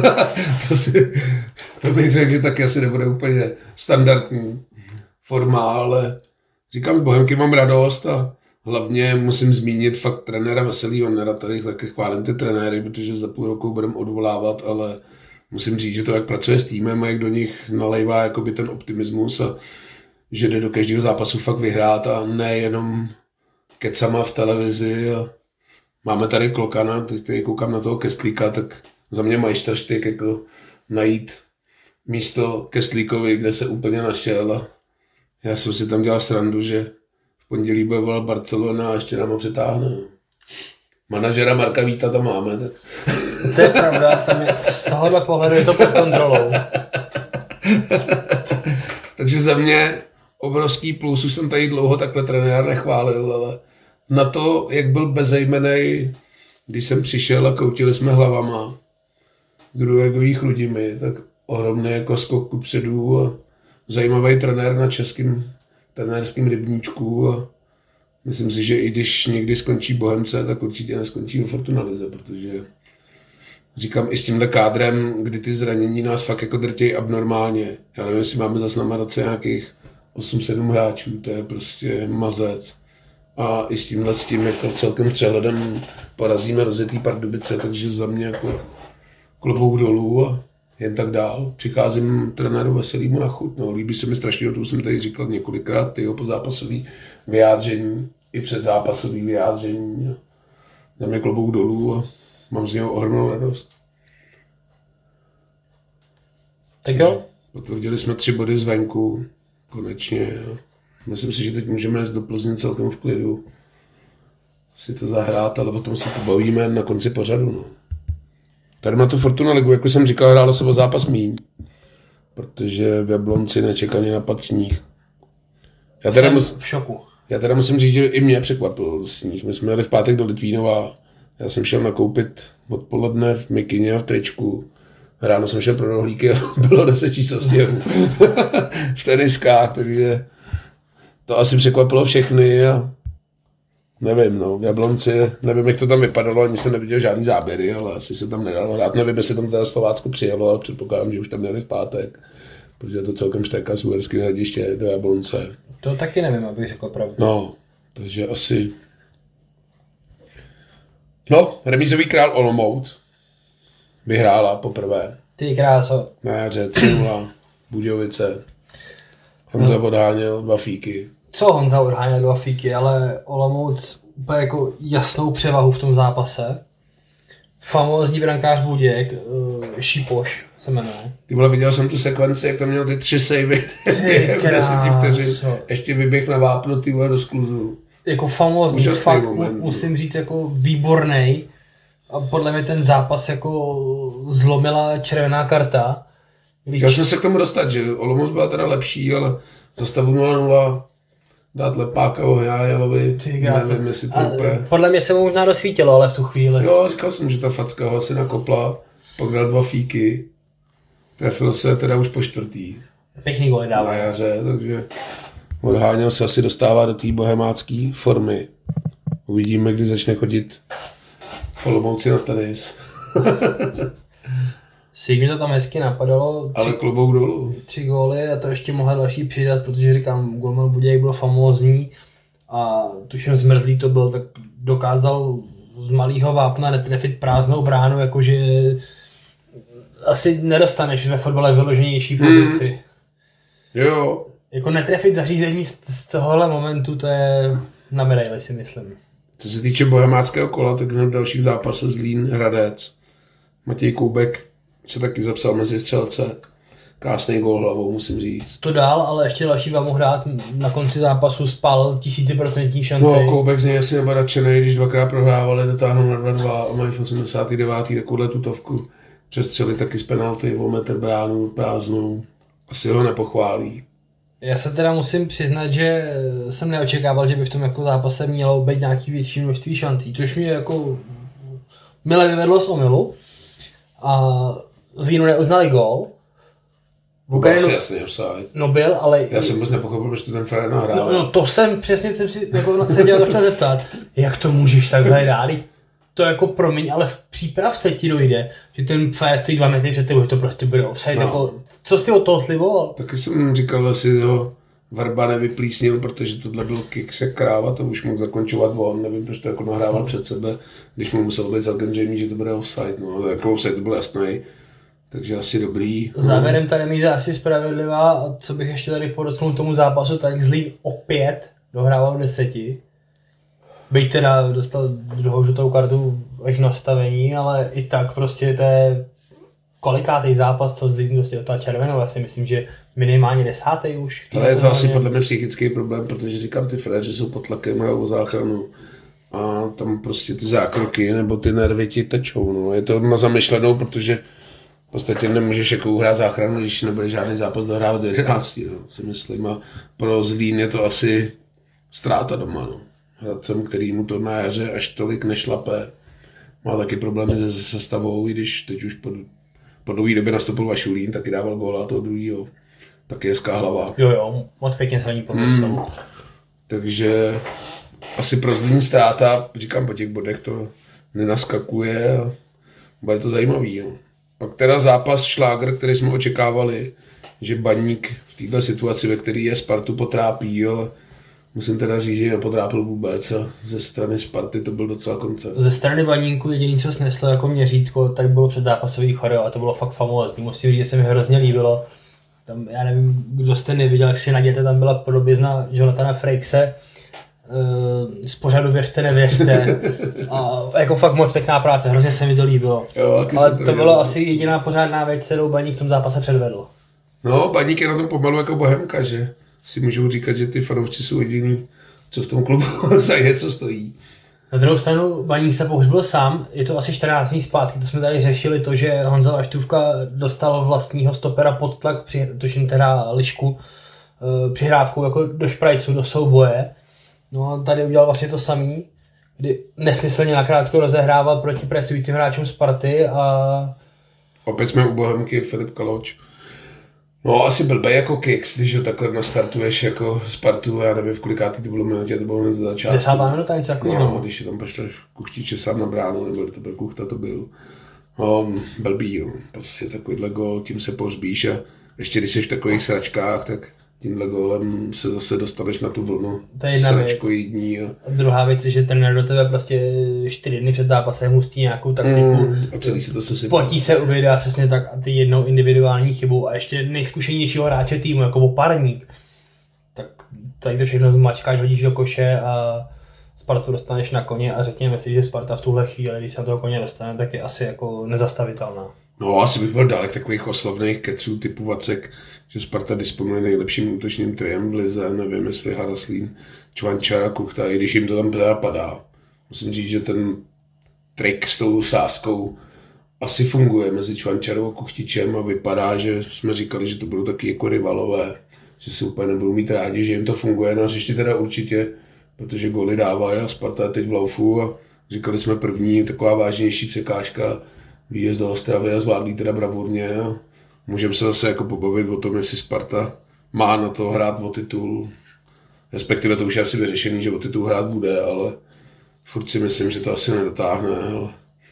[SPEAKER 1] to bych řekl, že taky asi nebude úplně standardní forma, ale říkám, Bohemky mám radost a hlavně musím zmínit fakt trenéra Veselýho. Nerad tady taky chválím ty trenéry, protože za půl roku budeme odvolávat, ale musím říct, že to, jak pracuje s týmem a jak do nich nalejvá jakoby ten optimismus a že jde do každého zápasu fakt vyhrát a nejenom kecama v televizi. A máme tady Klokana, teď koukám na toho Kestlíka, tak za mě majstrštyk jako najít místo Kestlíkovi, kde se úplně našel. A já jsem si tam dělal srandu, že v pondělí bude volat Barcelona a ještě nám ho přetáhne. Manažera Marka Víta tam máme. Tak.
[SPEAKER 2] To je pravda, tam je, z tohohle pohledu je to pod kontrolou.
[SPEAKER 1] Takže za mě obrovský plus, už jsem tady dlouho takhle trenér nechválil, ale na to, jak byl bezejmenej, když jsem přišel a kroutili jsme hlavama z druhových Chrudimi, tak ohromný jako skok kupředu a zajímavý trenér na českým trenérským rybníčku a myslím si, že i když někdy skončí Bohemce, tak určitě neskončí ve Fortuna lize, protože říkám i s tímhle kádrem, kdy ty zranění nás fakt jako drtějí abnormálně. Já nevím, jestli máme zase na Maroce nějakých 8-7 hráčů, to je prostě mazec. A i s tím jako celkem přehledem porazíme rozjetý Pardubice, takže za mě jako klobouk dolů a jen tak dál. Přicházím trenéru Veselýmu na chuť. No, líbí se mi strašně, o tom jsem tady říkal několikrát, ty jeho pozápasový vyjádření, i předzápasový vyjádření. Za mě klobouk dolů a mám z něho ohromnou radost.
[SPEAKER 2] Tak jo.
[SPEAKER 1] Potvrdili jsme 3 body zvenku, konečně. Myslím si, že teď můžeme jít do Plzně celkem v klidu. Si to zahrát, ale potom se pobavíme na konci pořadu. No. Tady na tu Fortuna ligu, jako jsem říkal, hrálo se o zápas míň, protože v Jablonci nečekaně napadl sníh.
[SPEAKER 2] V šoku.
[SPEAKER 1] Já teda musím říct, že i mě překvapil sníh. My jsme jeli v pátek do Litvínova, já jsem šel nakoupit odpoledne v mikině a v tričku Ráno jsem šel pro rohlíky a bylo 10 čísel sněhu v teniskách, takže to asi překvapilo všechny a nevím, no, v Jablonci, nevím, jak to tam vypadalo, ani jsem neviděl žádný záběry, ale asi se tam nedalo hrát. Nevím, jestli tam teda Slovácko přijelo, ale předpokládám, že už tam měli v pátek, protože to celkem štéká z Uherského Hradiště do Jablonce.
[SPEAKER 2] To taky nevím, abych řekl pravdu.
[SPEAKER 1] No, takže asi... No, remízový král Olomouc vyhrála poprvé.
[SPEAKER 2] Ty kráso.
[SPEAKER 1] Na jaře 3-0, Budějovice. Honza odháněl 2 fíky.
[SPEAKER 2] Co Honza odháněl 2 fíky, ale Olomouc úplně jako jasnou převahu v tom zápase. Famózní brankář Buděk, Šipoš se jmenuje.
[SPEAKER 1] Ty vole, viděl jsem tu sekvenci, jak tam měl ty 3 savey v 10 vteřin. Ještě vyběh na vápno, ty vole, do skluzu.
[SPEAKER 2] Jako famózní, fakt musím říct jako výborný. A podle mě ten zápas jako zlomila červená karta.
[SPEAKER 1] Chtěl jsem se k tomu dostat, že Olomouc byla teda lepší, ale za stavu 0-0 dát Lepáka Ohňájelovi, nevím, jestli to úplně...
[SPEAKER 2] Podle mě se mu možná dosvítilo, ale v tu chvíli.
[SPEAKER 1] Jo, říkal jsem, že ta facka ho asi nakopla, pak dal 2 fíky, trefil se teda už po 4.
[SPEAKER 2] Pěkný gól dával.
[SPEAKER 1] Na jaře, takže odháněl se, asi dostává do té bohemácké formy. Uvidíme, kdy začne chodit v Olomouci na tenis.
[SPEAKER 2] Sigmi to tam hezky napadalo.
[SPEAKER 1] Ale klobouk dolů.
[SPEAKER 2] 3 góly a to ještě mohla další přidat, protože říkám, golman Budějek byl famózní a tuším zmrzlý to byl, tak dokázal z malého vápna netrefit prázdnou bránu, jakože asi nedostaneš ve fotbale vyloženější pozici.
[SPEAKER 1] Jo.
[SPEAKER 2] Jako netrefit zařízení z tohohle momentu, to je na medaili, si myslím.
[SPEAKER 1] Co se týče bohemáckého kola, tak hned v dalším zápase Zlín Hradec. Matěj Koubek se taky zapsal mezi střelce. Krásný gól hlavou, musím říct.
[SPEAKER 2] To dál, ale ještě další vám mohl hrát. Na konci zápasu spal 1000% šanci.
[SPEAKER 1] No, Koubek z něj asi nebyl nadšený, když 2krát prohrávali, dotáhnou na 2-2 a mají v 89. takovouhle tutovku. Přestřeli taky z penalty o metr bránu prázdnou. Asi ho nepochválí.
[SPEAKER 2] Já se teda musím přiznat, že jsem neočekával, že by v tom jako zápase mělo být nějaký větší množství šancí, což mě jako mile vyvedlo z omylu. A Zlínu neuznali gól.
[SPEAKER 1] Bukarinu jasně offside.
[SPEAKER 2] No byl, ale...
[SPEAKER 1] Já jsem vůbec nepochopil, proč to ten frajer nahrál.
[SPEAKER 2] No to jsem si jako se dělal to chtěl zeptat. Jak to můžeš takhle dát? To jako promiň, ale v přípravce ti dojde, že ten frajer stojí 2 metry před tebou, to prostě bude offside. No. Jako, co jsi od toho sliboval?
[SPEAKER 1] Taky jsem říkal, asi ho Varba nevyplísnil, protože tohle byl kick se kráva, to už mohl zakončovat on, nevím, proč to jako nahrával před sebe, když mu musel být celkem zřejmé, že to bude offside, no, jako offside to byl jasný, takže asi dobrý.
[SPEAKER 2] Závěrem ta remíza asi spravedlivá a co bych ještě tady podotknul tomu zápasu, tak Zlín opět dohrával v 10. Byť teda dostal druhou žlutou kartu až v nastavení, ale i tak prostě to je kolikátej zápas, co Zlín dostal ta červenou, já si myslím, že minimálně 10. už.
[SPEAKER 1] Ale je to asi podle mě psychický problém, protože říkám, ty fréři jsou pod tlakem, hrajou o záchranu a tam prostě ty zákroky nebo ty nervy ti tečou, no. Je to na zamyšlenou, protože v podstatě nemůžeš jako uhrát záchranu, když nebude žádný zápas dohrávat do 11, no, si myslím, a pro Zlín je to asi ztráta doma, no. Hradcem, který mu to na jaře až tolik nešlape, má taky problémy se sestavou, i když teď už po dlouhé době nastoupil Vašulín, taky dával góla toho druhýho. Taky hezká hlava.
[SPEAKER 2] Jo, moc pěkně se ní pomyslel.
[SPEAKER 1] Takže asi pro Zlín ztráta, říkám, po těch bodech to nenaskakuje a bude to zajímavý. Jo. Pak teda zápas Šlágr, který jsme očekávali, že Baník v této situaci, ve které je Spartu potrápí, ale musím teda říct, že ji nepotrápil vůbec a ze strany Sparty to byl docela koncert.
[SPEAKER 2] Ze strany Baníku jediný, co sneslo jako měřítko, tak bylo předzápasový choreo a to bylo fakt famózní. Musím říct, že se mi hrozně líbilo. Tam, já nevím, kdo jste neviděl, jak si najděte, tam byla podobizna Jonathana Frakese z pořadu Věřte, nevěřte. A jako fakt moc pěkná práce, hrozně se mi to líbilo.
[SPEAKER 1] Jo,
[SPEAKER 2] ale to bylo asi jediná pořádná věc, kterou Baník v tom zápase předvedl.
[SPEAKER 1] No, Baník je na tom pomalu jako Bohemka, že si můžou říkat, že ty fanoušci jsou jediný, co v tom klubu za něco stojí.
[SPEAKER 2] Na druhou stranu Baník se pohřbil sám, je to asi 14 dní zpátky, to jsme tady řešili, to, že Honza Laštůvka dostal vlastního stopera pod tlak, tuším teda Lišku, přihrávkou jako do šprajců, do souboje. No a tady udělal vlastně to samý, kdy nesmyslně nakrátko rozehrával proti presujícím hráčům Sparty a
[SPEAKER 1] Opět jsme u Bohemky, Filip Kaloč. No asi blbej jako Kicks, když ho takhle nastartuješ jako Spartu, já nevím v kolikátý to bylo minutě, to bylo hned za začátku.
[SPEAKER 2] 10. minuta, něco takového.
[SPEAKER 1] No, když je tam pošleš Kuchtiče sám na bránu, nebo to byl Kuchta to byl. No, blbý, no. Prostě takovýhle gól, tím se pohřbíš a ještě když jsi v takových sračkách, tak tímhle gólem se zase dostaneš na tu vlnu sračkojídní. A
[SPEAKER 2] druhá věc je, že trenér do tebe prostě 4 dny před zápasem hustí nějakou taktiku.
[SPEAKER 1] A celý se to sesypá.
[SPEAKER 2] Potí se u videa přesně tak a ty jednou individuální chybou a ještě nejzkušenějšího hráče týmu, jako oparník. Tak tady to všechno zmačkáš, hodíš do koše a Spartu dostaneš na koně a řekněme si, že Sparta v tuhle chvíli, když se na toho koně dostane, tak je asi jako nezastavitelná.
[SPEAKER 1] No, asi bych byl dalek takových oslavných keců typu Vacek, že Sparta disponuje nejlepším útočným triem v lize, nevím jestli Haraslín, Čvančara, Kuchta, i když jim to tam teda padá. Musím říct, že ten trik s tou sázkou asi funguje mezi Čvančarou a Kuchtičem a vypadá, že jsme říkali, že to budou taky jako rivalové, že si úplně nebudou mít rádi, že jim to funguje na hřišti teda určitě, protože góly dávají a Sparta je teď v laufu a říkali jsme první taková vážnější překážka výjezd do Ostravy a zvládli teda bravurně a můžeme se zase jako pobavit o tom, jestli Sparta má na to hrát o titul, respektive to už je asi vyřešený, že o titul hrát bude, ale furt si myslím, že to asi nedotáhne, ale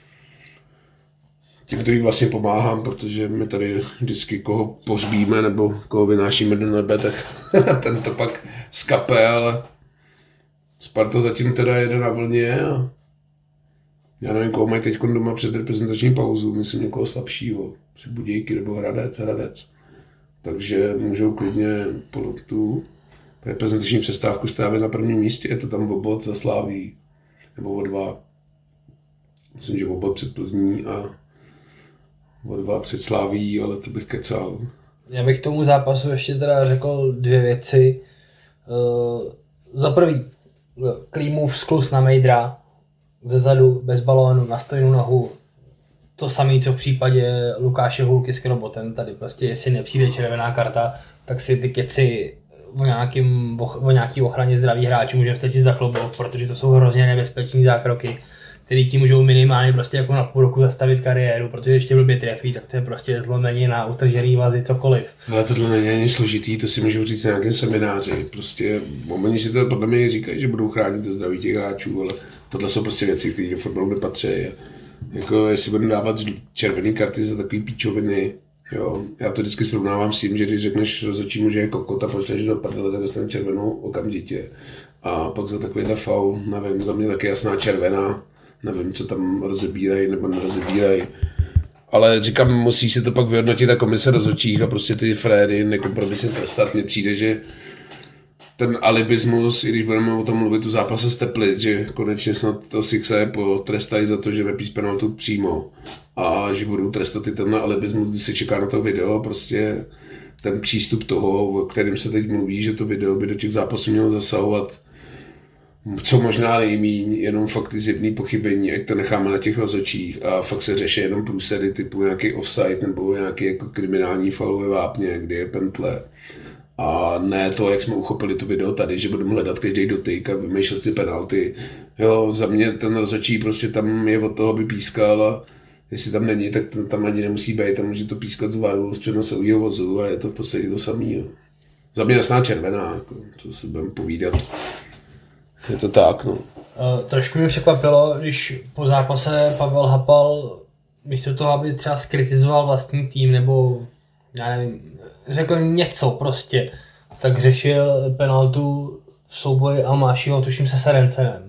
[SPEAKER 1] tím, který vlastně pomáhám, protože my tady vždycky koho pohřbíme nebo koho vynášíme do nebe, tak ten to pak skape, ale Sparta zatím teda jede na vlně a já nevím, koho mají teď doma před reprezentační pauzu, myslím někoho slabšího, před Budějky nebo Hradec. Takže můžou klidně tu reprezentační přestávku strávit na prvním místě, je to tam o bod za Sláví, nebo o 2. Myslím, že o bod před Plzní a o 2 před Sláví, ale to bych kecal.
[SPEAKER 2] Já bych tomu zápasu ještě teda řekl 2 věci. Za prvý, Klímův skluz na Mejdra, zezadu, bez balónu, na stejnou nohu. To samé, co v případě Lukáše Hulky s Krobotem. Tady prostě, jestli nepřijde červená karta, tak si ty keci o nějaký ochraně zdraví hráčů můžeme stačit za klobouk, protože to jsou hrozně nebezpečný zákroky, který ti můžou minimálně prostě jako na půl roku zastavit kariéru, protože ještě blbě trefí, tak to je prostě zlomenina, utržený vazy, cokoliv.
[SPEAKER 1] Ale tohle není ani složitý, to si můžou říct na nějakém semináři. Prostě oni si to podle mě říkají, že budou chránit to zdraví těch hráčů, ale tohle jsou prostě věci, které do fotbalu nepatří. Jako jestli budeme dávat červené karty za takové píčoviny, jo. Já to vždycky srovnávám s tím, že když řekneš rozhodčímu, že je kokot a pošleš do prdele, tak dostane červenou okamžitě. A pak za takovýhle faul, nevím, za mě taky jasná červená. Nevím, co tam rozebírají nebo nerozebírají. Ale říkám, musí si to pak vyhodnotit ta komise rozhodčích a prostě ty fréry nekompromisně trestat. Mně přijde, že ten alibismus, i když budeme o tom mluvit u zápase z Teplic, že konečně snad to Sixe potrestají za to, že nepíš penaltu přímo a že budou trestat i tenhle alibismus, když se čeká na to video, prostě ten přístup toho, o kterém se teď mluví, že to video by do těch zápasů mělo zasahovat co možná nejmíň, jenom fakt ty zjevný pochybení, ať to necháme na těch rozhodčích a fakt se řeší jenom průsedy typu nějaký offside nebo nějaký jako kriminální faul ve vápně, kde je pentle. A ne to, jak jsme uchopili to video tady, že budeme hledat každý dotyk a vymýšlet si penalty. Jo, za mě ten rozhodčí prostě tam je od toho, aby pískal a jestli tam není, tak tam ani nemusí být, tam může to pískat z varu, z přenosového vozu a je to v podstatě to samý. Jo. Za mě jasná červená, jako, co si budeme povídat. Je to tak, no.
[SPEAKER 2] Trošku mě překvapilo, když po zápase Pavel Hapal místo toho, aby třeba skritizoval vlastní tým nebo já nevím, řekl něco prostě, tak řešil penaltu v souboji Almášiho, tuším se Serencenem.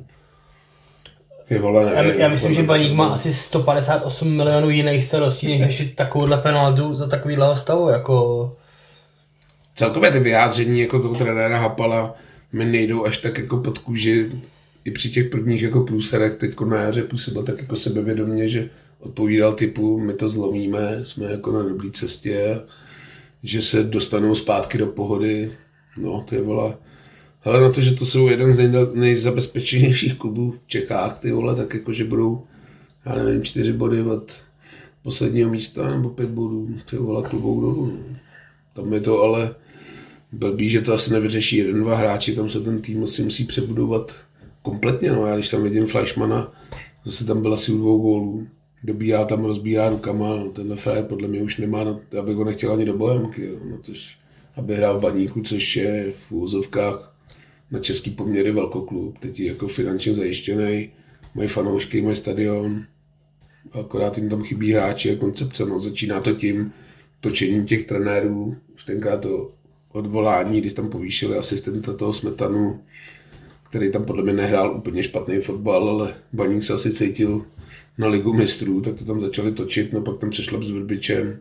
[SPEAKER 2] Já myslím, že Baník má asi 158 milionů jiných starostí, než řešit takovouhle penaltu za takovýhleho stavu, jako...
[SPEAKER 1] Celkově ty vyjádření jako toho trenéra Hapala mi nejdou až tak jako pod kůži. I při těch prvních jako průserech teďko na jaře působil tak jako sebevědomě, že odpovídal typu, my to zlomíme, jsme jako na dobré cestě, že se dostanou zpátky do pohody. No, ty vole. Hele, na to, že to jsou jeden z nejzabezpečenějších klubů v Čechách, ty vole, tak jako, že budou, já nevím, 4 body od posledního místa, nebo 5 bodů, ty vole, klubou dolů. No. Tam je to ale blbý, že to asi nevyřeší 1-2 hráči, tam se ten tým asi musí přebudovat kompletně, no. Já když tam vidím Fleischmana, zase tam byl asi u 2 gólů, dobíhá tam, rozbíhá rukama, no, tenhle frajer podle mě už nemá, aby ho nechtěl ani do Bohemky, jo, no, tož, aby hrál v Baníku, což je v úvozovkách na český poměry velkoklub, teď je jako finančně zajištěný, mají fanoušky, mají stadion, akorát jim tam chybí hráči a koncepce, no, začíná to tím točením těch trenérů, už tenkrát to odvolání, když tam povýšili asistenta toho Smetanu, který tam podle mě nehrál úplně špatný fotbal, ale Baník se asi cítil na ligu mistrů, tak to tam začali točit, no pak tam přešlo s Vrbičem.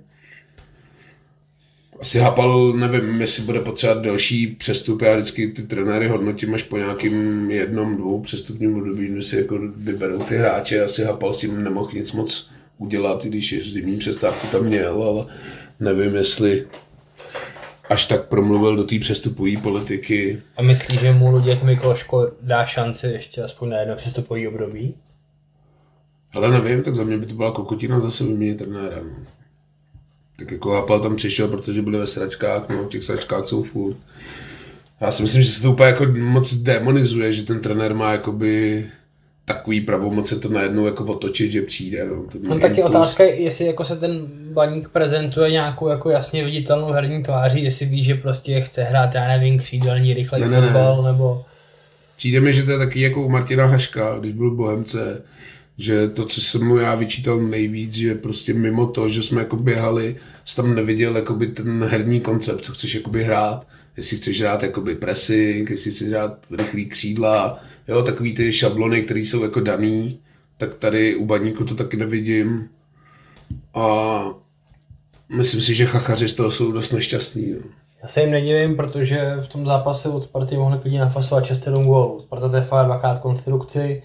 [SPEAKER 1] Asi Hapal, nevím, jestli bude potřebovat další přestup, já vždycky ty trenéry hodnotím až po nějakým 1-2 přestupním období, kdy si jako vyberou ty hráče, asi Hapal s tím nemohl nic moc udělat, i když zimní přestávku tam měl, ale nevím, jestli až tak promluvil do té přestupové politiky.
[SPEAKER 2] A myslíš, že mu Luděk Mikloško dá šanci ještě aspoň na jedno přestupové období?
[SPEAKER 1] Ale nevím, tak za mě by to byla kokotina zase vyměnit trenéra. No. Tak jako Hapal tam přišel, protože byli ve sračkách, no v těch sračkách jsou furt. Já si myslím, že se to úplně jako moc demonizuje, že ten trenér má jakoby takový pravomoce to najednou jako otočit, že přijde.
[SPEAKER 2] No tak je otázka, jestli jako se ten Baník prezentuje nějakou jako jasně viditelnou herní tváří, jestli ví, že prostě chce hrát, já nevím, křídelní rychlej fotbal, nebo...
[SPEAKER 1] Přijde mi, že to je taky jako u Martina Haška, když byl v Bohemce, že to, co jsem mu já vyčítal nejvíc, že prostě mimo to, že jsme jako běhali, jsi tam neviděl jakoby ten herní koncept, co chceš jakoby hrát, jestli chceš hrát jakoby pressing, jestli chceš hrát rychlý křídla, jo, takový ty šablony, které jsou jako daný, tak tady u Baníku to taky nevidím a myslím si, že chachaři z toho jsou dost nešťastní. Jo.
[SPEAKER 2] Já se jim nedivím, protože v tom zápase od Sparty mohli klidně nafasovat 6-7 gólů. Sparta trefá dvakrát konstrukci.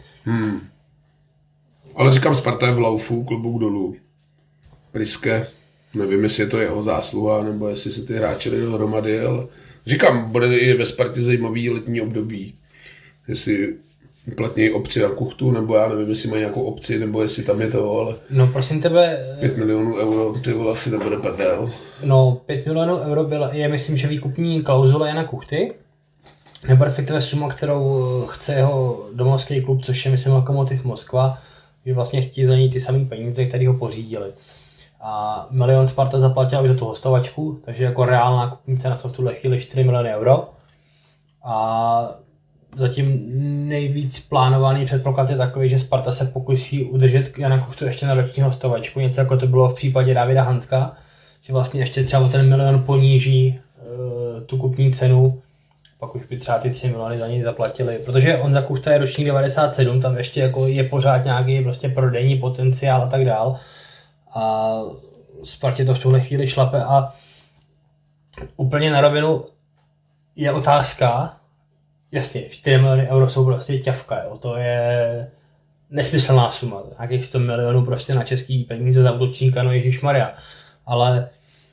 [SPEAKER 1] Ale říkám, Sparta je v laufu, klobouk dolů. Priske, nevím, jestli je to jeho zásluha, nebo jestli se ty hráči dali dohromady, ale říkám, bude i ve Spartě zajímavý letní období. Jestli uplatnějí opci na Kuchtu, nebo já nevím, jestli mají nějakou opci, nebo jestli tam je to, ale...
[SPEAKER 2] No prosím tebe...
[SPEAKER 1] 5 milionů euro, ty vole, asi nebude prdel.
[SPEAKER 2] No, 5 milionů euro je, myslím, že výkupní klauzule Jana Kuchty, nebo respektive suma, kterou chce jeho domovský klub, což je, myslím, Lokomotiv Moskva, že vlastně chtějí za něj ty samé peníze, které ho pořídili. A milion Sparta zaplatila už za tu hostovačku, takže jako reálná kupní cena jsou v tuhle chvíli 4 miliony euro. A zatím nejvíc plánovaný předpoklad je takový, že Sparta se pokusí udržet Jana Kuchtu ještě na roční hostovačku, něco jako to bylo v případě Davida Hanska, že vlastně ještě třeba o ten milion poníží tu kupní cenu, pak už by třeba ty 3 miliony za něj zaplatili, protože on za Kuchta je ročník 97, tam ještě jako je pořád nějaký prostě prodejní potenciál a tak dál. A Spartě to v tuhle chvíli šlape a úplně na rovinu je otázka, jasně, 4 miliony euro jsou prostě ťavka, jo, to je nesmyslná suma, nějakých 100 milionů prostě na český peníze za útočníka, no ježišmarja, ale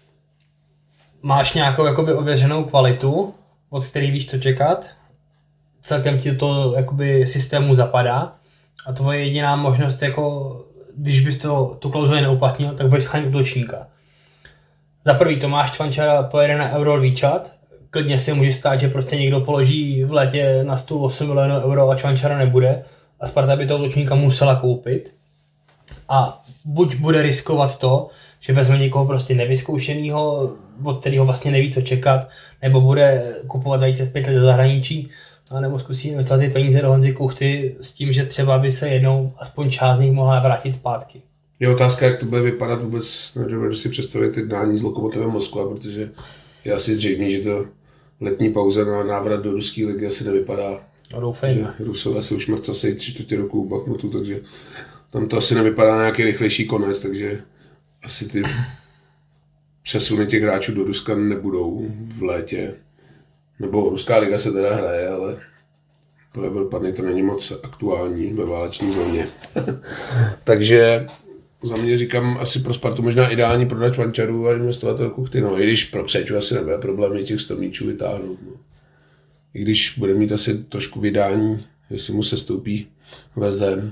[SPEAKER 2] máš nějakou jakoby ověřenou kvalitu, od který víš, co čekat, celkem ti to jakoby systému zapadá a tvoje jediná možnost, jako, když bys tu klauzuli neuplatnil, tak budeš schránit útočníka. Za prvý Tomáš Čvančara pojede na Euro výčat, klidně si může stát, že prostě někdo položí v létě na stůl 8 milionů euro a Čvančara nebude a Sparta by toho útočníka musela koupit. A buď bude riskovat to, že vezme někoho prostě nevyzkoušenýho, od kterého vlastně neví, co čekat, nebo bude kupovat zajíce zpět let do zahraničí, nebo zkusí investovat ty peníze do Honzy Kuchty s tím, že třeba by se jednou aspoň část z nich mohla vrátit zpátky.
[SPEAKER 1] Je otázka, jak to bude vypadat vůbec, nedovedu si představit jednání s Lokomotivem Moskva, protože je asi zřejmé, že to letní pauza na návrat do ruské ligy asi nevypadá.
[SPEAKER 2] No doufejme.
[SPEAKER 1] Rusové se už mrcasejí 3/4 roku v Bachmutu, takže tam to asi nevypadá na nějaký rychlejší konec, takže asi ty přesuny těch hráčů do Ruska nebudou v létě. Nebo ruská liga se teda hraje, ale pro Evropany to není moc aktuální ve váleční zóně. Takže za mě říkám, asi pro Spartu možná ideální prodat Čvančaru a investovat do Kuchty. No, i když pro Křeču asi nebude problém těch 100 míčů vytáhnout. No. I když bude mít asi trošku vydání, jestli mu se stoupí West Ham.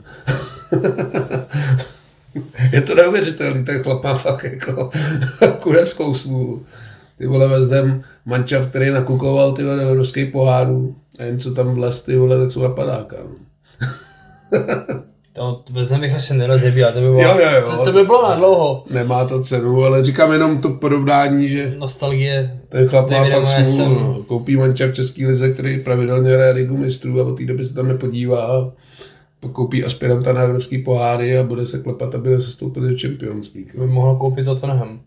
[SPEAKER 1] Je to neuvěřitelný, ten chlap má fakt jako kurevskou smůlu. Ty vole West Ham, mančav, který nakukoval ty vole do evropských pohárů a jen co tam vlez ty vole, tak jsou napadáka. No.
[SPEAKER 2] To bez bych asi nerozebíral, to by bylo,
[SPEAKER 1] jo.
[SPEAKER 2] To by bylo na dlouho.
[SPEAKER 1] Nemá to cenu, ale říkám jenom to podobdání, že
[SPEAKER 2] Nostalgie.
[SPEAKER 1] ten chlap má fakt smůlu, no. Koupí mančák v Český lize, který pravidelně hraje Ligu mistrů a od té doby se tam nepodívá. Pak koupí aspiranta na evropský poháry a bude se klepat, aby nesestoupil do Champions League.
[SPEAKER 2] By mohl koupit Tottenham.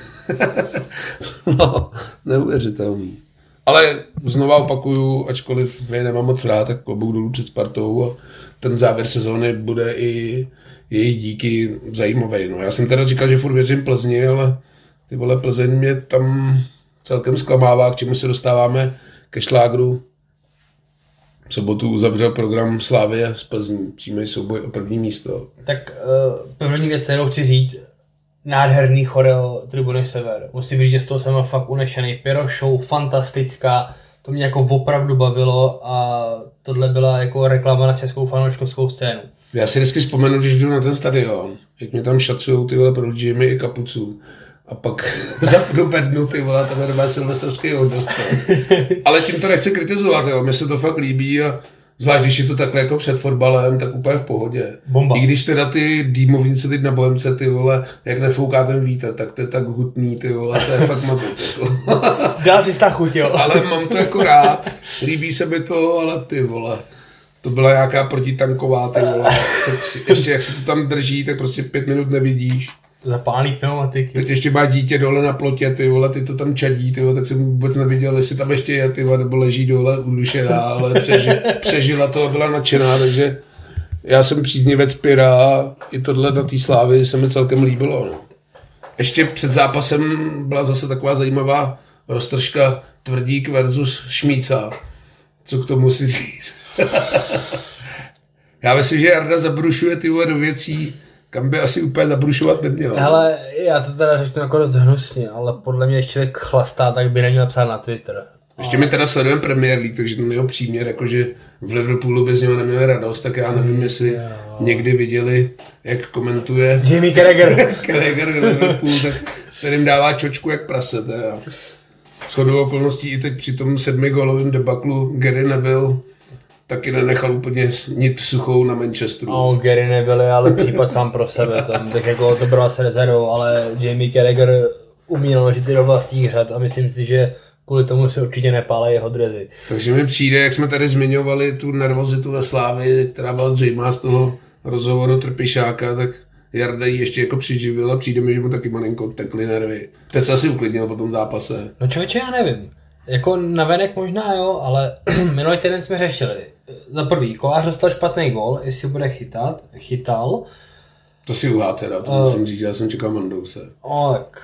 [SPEAKER 1] No, neuvěřitelný. Ale znova opakuju, ačkoliv je nemám moc rád, tak klobouk dolů před Spartou a ten závěr sezóny bude i jejich díky zajímavý. No, já jsem teda říkal, že furt věřím Plzni, ale ty vole Plzeň mě tam celkem zklamává, k čemu se dostáváme ke šlágru. V sobotu uzavřel program Slavie z Plzní, přímý souboj o první místo.
[SPEAKER 2] Tak první věc, kterou chci říct, nádherný choreo Tribuny Sever. Musím říct, že z toho jsem fakt unešený. Pyro show, fantastická, to mě jako opravdu bavilo a tohle byla jako reklama na českou fanouškovskou scénu.
[SPEAKER 1] Já si vždycky vzpomenu, když jdu na ten stadion, jak mě tam šacujou ty vole prohlížejí mi i kapuců. A pak zapnu bednu, ty vole, tam je doma silvestrovský odnost. Ale tím to nechci kritizovat, jo, mně se to fakt líbí a zvlášť, když je to takhle jako před fotbalem, tak úplně v pohodě.
[SPEAKER 2] Bomba.
[SPEAKER 1] I když teda ty dýmovnice teď na Bohemce, ty vole, jak nefouká ten vítr, tak to je tak hutný, ty vole, to je fakt mabut. Jako.
[SPEAKER 2] Dá si ta chuť, jo.
[SPEAKER 1] Ale mám to jako rád, líbí se mi to, ale ty vole. To byla nějaká protitanková, ty vole. Ještě jak se to tam drží, tak prostě 5 minut nevidíš.
[SPEAKER 2] Zapálí pneumatiky.
[SPEAKER 1] Teď ještě má dítě dole na plotě, ty vole, ty to tam čadí, ty vole, tak jsem vůbec neviděl, jestli tam ještě je, ty vole, nebo leží dole udušená, ale přežila to a byla nadšená, takže já jsem příznivec Pyra a i tohle na té Slávy se mi celkem líbilo. No. Ještě před zápasem byla zase taková zajímavá roztržka Tvrdík versus Šmíca. Co k tomu si říct? Já myslím, že Jarda zabrušuje ty vole do věcí, kam by asi úplně zabrušovat neměl.
[SPEAKER 2] Hele, já to teda řeknu jako dost hnusně, ale podle mě, když člověk chlastá, tak by neměl psát na Twitter.
[SPEAKER 1] Ještě mi teda sledujeme Premier League, takže ten jeho příměr, jakože v Liverpoolu bez něho neměli radost, tak já nevím, jestli někdy viděli, jak komentuje
[SPEAKER 2] Jamie Carragher.
[SPEAKER 1] Carragher v Liverpoolu, tak kterým dává čočku jak prase. Shodou okolností i teď při tom 7gólovém debaklu Gary Neville taky nenechal úplně nit suchou na Manchesteru.
[SPEAKER 2] No, Gary Neville, ale případ sám pro sebe, tam, tak jako to bylo asi rezervou, ale Jamie Carragher umí naložit do vlastních řad a myslím si, že kvůli tomu se určitě nepálí jeho drezy.
[SPEAKER 1] Takže mi přijde, jak jsme tady zmiňovali tu nervozitu ve Slávii, která byla zřejmá z toho rozhovoru Trpišáka, tak Jarda ji ještě jako přiživil a přijde mi, že mu taky malinko tekly nervy. Teď se asi uklidnil po tom zápase.
[SPEAKER 2] No člověče, já nevím. Jako navenek možná jo, ale minulý týden jsme řešili. Za prvý, Kolář dostal špatný gól, jestli bude chytal.
[SPEAKER 1] To si uhá teda, to musím říct, já jsem čekal Mandouse.
[SPEAKER 2] Tak.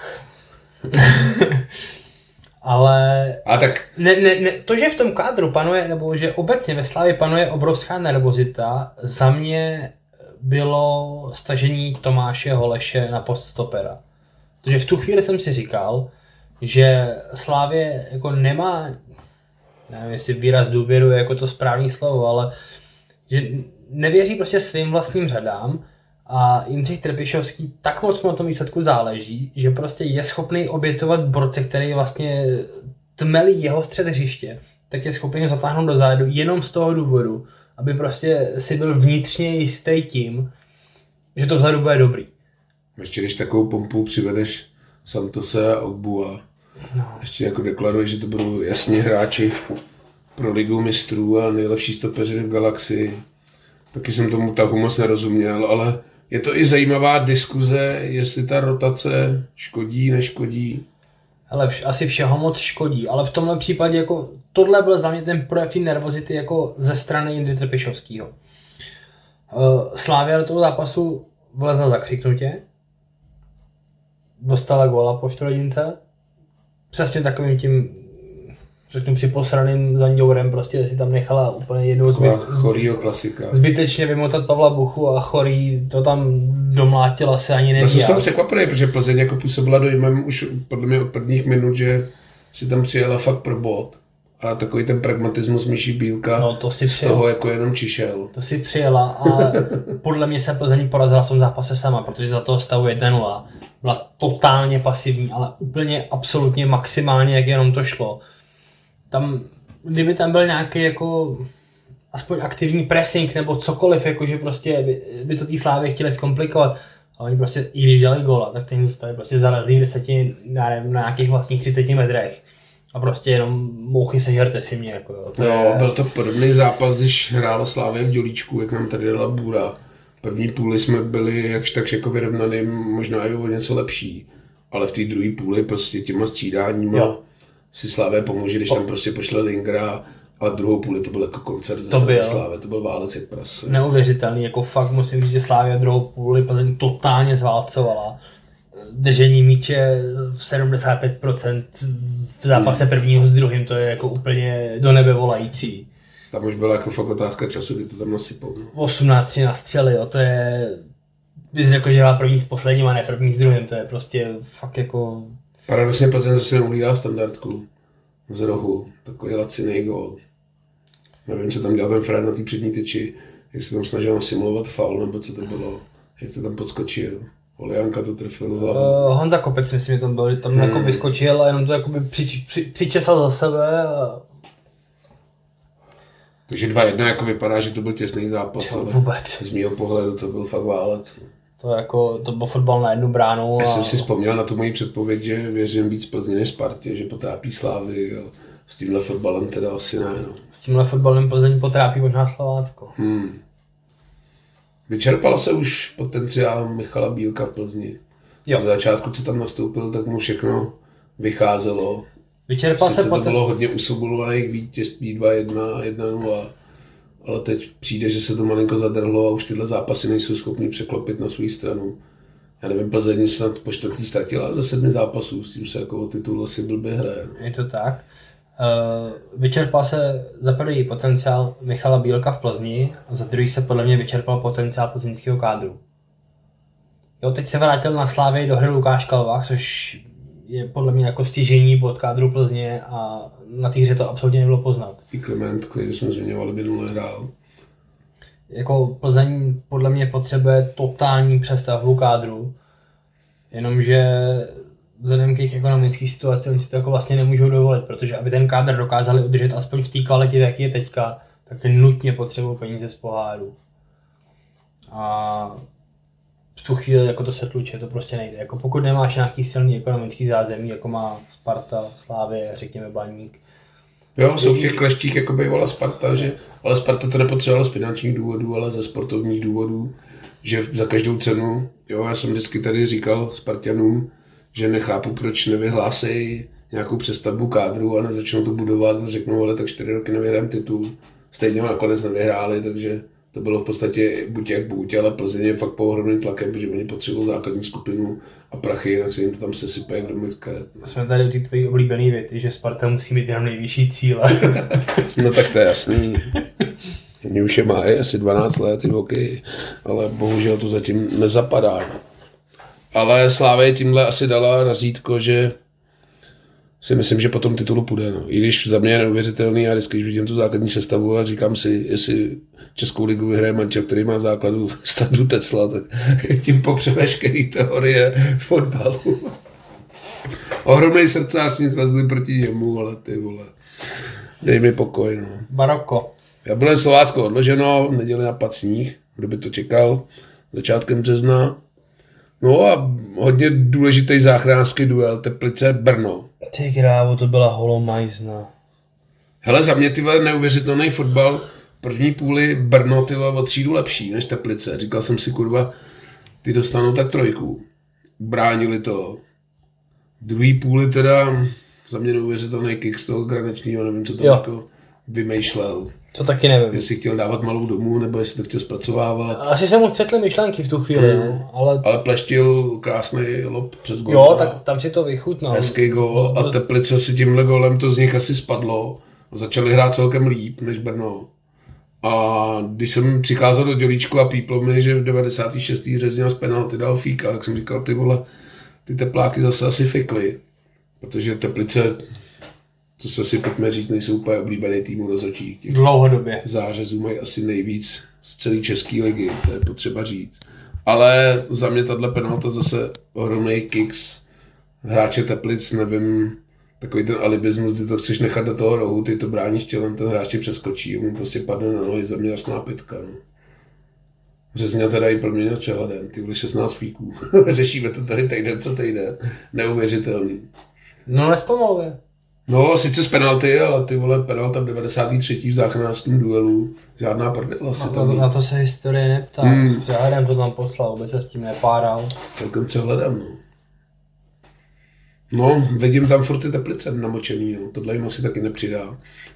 [SPEAKER 2] Ale
[SPEAKER 1] a tak
[SPEAKER 2] to, že v tom kádru panuje, nebo že obecně ve Slavii panuje obrovská nervozita, za mě bylo stažení Tomáše Holeše na post stopera. Protože v tu chvíli jsem si říkal, že Slavie jako nemá, nevím, jestli výraz důvěru je jako to správný slovo, ale že nevěří prostě svým vlastním řadám a Jindřich Trpišovský tak moc na tom výsledku záleží, že prostě je schopný obětovat borce, který vlastně tmelí jeho střed hřiště, tak je schopný ho zatáhnout do zádu jenom z toho důvodu, aby prostě si byl vnitřně jistý tím, že to vzadu bude dobrý.
[SPEAKER 1] Ještě když takovou pompu přivedeš Santose a Ogbu a ještě jako deklaruješ, že to budou jasně hráči pro Ligu mistrů a nejlepší stopeři v galaxii. Taky jsem tomu tahu moc nerozuměl, ale je to i zajímavá diskuze, jestli ta rotace škodí, neškodí.
[SPEAKER 2] Ale asi všeho moc škodí, ale v tomhle případě jako tohle byl za mě ten projev té nervozity jako ze strany Jindry Trpišovského. Slavia do toho zápasu vlezla zakřiknutě, dostala góla po čtvrthodince, přesně takovým tím, řeknu, připosraným Zanďourem, prostě si tam nechala úplně jednou zbytečně vymotat Pavla Buchu a Chorý to tam domlátil asi ani neví.
[SPEAKER 1] Já jsem z toho překvapený, protože Plzeň jako působila dojmem už podle mě od prvních minut, že si tam přijela fakt pro bod. A takový ten pragmatismus Míši Bílka
[SPEAKER 2] no, to si
[SPEAKER 1] z toho jako jenom čišel.
[SPEAKER 2] To si přijela, ale podle mě se Plzeň porazila v tom zápase sama, protože za toho stavu 1-0 byla totálně pasivní, ale úplně absolutně maximálně, jak jenom to šlo. Tam, kdyby tam byl nějaký jako aspoň aktivní pressing nebo cokoliv, jakože prostě by to té Slávě chtěli zkomplikovat. A oni prostě, i když dali góla, tak stejně zůstali prostě zalezlí v 10, na nějakých vlastních 30 metrech. A prostě jenom mouchy sežerte si mě. Jako,
[SPEAKER 1] Byl to podobný zápas, když hrála Slávě v Dělíčku, jak nám tady dala Bůra. První půli jsme byli jakž tak jako vyrovnaný, možná i o něco lepší. Ale v té druhé půli prostě těma střídáníma si Slávě pomůže, když tam prostě pošle Lingera. A druhou půli to byl jako koncert ze Slávy, to byl válec jak prase.
[SPEAKER 2] Neuvěřitelný, jako fakt musím říct, že Slávia druhou půli Plzeň totálně zválcovala. Držení míče v 75% v zápase prvního s druhým, to je jako úplně do nebe volající.
[SPEAKER 1] Tam už byla jako fakt otázka času, kdy to tam nasypou.
[SPEAKER 2] 18-13 střely, to je... Bys řekl, že hrál první s posledním a ne první s druhým, to je prostě fakt jako...
[SPEAKER 1] Paradoxně Plzeň zase neuhlídá standardku z rohu, takový lacinej gól. Nevím, co tam dělal ten Fred na té přední tyči, jak se tam snažil nasimulovat faul, nebo co to bylo, jak to tam podskočil. Olianka to trefil.
[SPEAKER 2] Honza Kopec, myslím, že tam byl, tam jako vyskočil a jenom to jakoby přičesal za sebe.
[SPEAKER 1] Takže 2-1 jako vypadá, že to byl těsný zápas, ale
[SPEAKER 2] vůbec.
[SPEAKER 1] Z mýho pohledu to byl fakt válec.
[SPEAKER 2] To byl fotbal na jednu bránu.
[SPEAKER 1] Já jsem si vzpomněl na tu moji předpověď, že věřím víc Plzni než Spartě, že potrápí Slávy. S tímhle fotbalem teda asi ne. No.
[SPEAKER 2] S tímhle fotbalem Plzeň potrápí možná Slovácko.
[SPEAKER 1] Vyčerpal se už potenciál Michala Bílka v Plzni. Z začátku, co tam nastoupil, tak mu všechno vycházelo.
[SPEAKER 2] Vyčerpal
[SPEAKER 1] Sice
[SPEAKER 2] se
[SPEAKER 1] to bylo hodně usobulovaných vítězství 2-1, 1-0, ale teď přijde, že se to malinko zadrhlo a už tyhle zápasy nejsou schopní překlopit na svou stranu. Já nevím, Plzeň snad po čtvrtý ztratila za 7 zápasů, s tím se jako o titul asi blbě hraje.
[SPEAKER 2] Je to tak. Vyčerpal se za první potenciál Michala Bílka v Plzni a za druhý se podle mě vyčerpal potenciál plzeňského kádru. Jo, teď se vrátil na Slávii do hry Lukáš Kalvach, což je podle mě jako stěžení pod kádru Plzně a na té hře to absolutně nebylo poznat.
[SPEAKER 1] I Klement, který jsme zmiňovali, by hrál.
[SPEAKER 2] Jako Plzeň podle mě potřebuje totální přestavbu kádru, jenomže vzhledem k jejich ekonomické situaci oni si to jako vlastně nemůžou dovolit, protože aby ten kádr dokázali udržet aspoň v té kvalitě, jak je teďka, tak nutně potřebují peníze z poháru. A v tu chvíli jako to se tluče, to prostě nejde. Jako pokud nemáš nějaký silný ekonomický zázemí, jako má Sparta, Slavie, řekněme Baník.
[SPEAKER 1] Jo, jsou v těch kleštích, jako bývala Sparta, že, ale Sparta to nepotřebovala z finančních důvodů, ale ze sportovních důvodů, že za každou cenu, jo, já jsem vždycky tady říkal Spartanům, že nechápu, proč nevyhlásí nějakou přestavbu kádru a nezačnou to budovat a řeknou, ale tak 4 roky nevyhrajeme titul. Stejně nakonec nevyhráli, takže to bylo v podstatě buď jak buď, ale Plzeň je fakt pod ohromným tlakem, protože oni potřebují základní skupinu a prachy, jinak se jim to tam sesype jak domů z karet.
[SPEAKER 2] Jsme tady u té tvojí oblíbené věty, že Sparta musí mít jenom nejvyšší cíle.
[SPEAKER 1] No tak to je jasný. Oni už je mají asi 12 let, okay, ale bohužel to zatím nezapadá. Ale Slávě tímhle asi dala razítko, že si myslím, že po tom titulu půjde. No. I když za mě je neuvěřitelný, a vždycky, když vidím tu základní sestavu a říkám si, jestli Českou ligu vyhraje manča, který má v základu Standu Tesla, tak tím popře veškerý teorie fotbalu. Ohromnej srdcář, nic vezli proti němu, ale ty vole, dej mi pokoj. No.
[SPEAKER 2] Baroko.
[SPEAKER 1] Jablonec Slovácko odloženo, v neděli napad sníh, kdo by to čekal, začátkem března. No a hodně důležitý záchranářský duel Teplice-Brno.
[SPEAKER 2] Ty krávo, to byla holomajzna.
[SPEAKER 1] Hele, za mě tyhle neuvěřitelný fotbal. První půli Brno tyhle o třídu lepší než Teplice. Říkal jsem si, kurva, ty dostanou tak 3. Bránili to. Druhý půli teda za mě neuvěřitelný kick z toho granečního, nevím, co to jako vymýšlel.
[SPEAKER 2] To taky nevím.
[SPEAKER 1] Jestli chtěl dávat malou domů, nebo jestli to chtěl zpracovávat.
[SPEAKER 2] Asi se mu střetly myšlenky v tu chvíli,
[SPEAKER 1] ale pleštil krásný lob přes gól.
[SPEAKER 2] Jo, tak tam si to vychutnal.
[SPEAKER 1] Hezký gól a Teplice si tímhle gólem to z nich asi spadlo. Začali hrát celkem líp než Brno. A když jsem přicházel do Dělíčku a píplo mi, že v 96. Řezňa z penalty dal fíka, tak jsem říkal, ty vole, ty tepláky zase asi fikly. Protože Teplice, to se si pojďme říct, nejsou úplně oblíbený týmu rozhodčích.
[SPEAKER 2] Dlouhodobě.
[SPEAKER 1] Zářezů mají asi nejvíc z celé české ligy, to je potřeba říct. Ale za mě tahle penalta zase ohromnej kicks. Hráče Teplic, nevím, Takový ten alibismus, kdy to chceš nechat do toho rohu, ty to bráníš tělem, ten hráč ti přeskočí a mu prostě padne na nohy, za mě jasná pětka. No. Řezňa teda i proměnil čeladem, ty byly 16 fíků. Řešíme to tady týden co týden. Neuvěřitelný.
[SPEAKER 2] No nespomaluje.
[SPEAKER 1] No, sice z penalty, ale ty vole, penalta v 93. v záchranářském duelu. Žádná prdel asi tam.
[SPEAKER 2] Na to se historie neptá. S přehledem to tam poslal, vůbec se s tím nepáral.
[SPEAKER 1] Celkem přehledem, no. No, vidím tam furt ty Teplice namočený, no. Tohle jim asi taky nepřidá.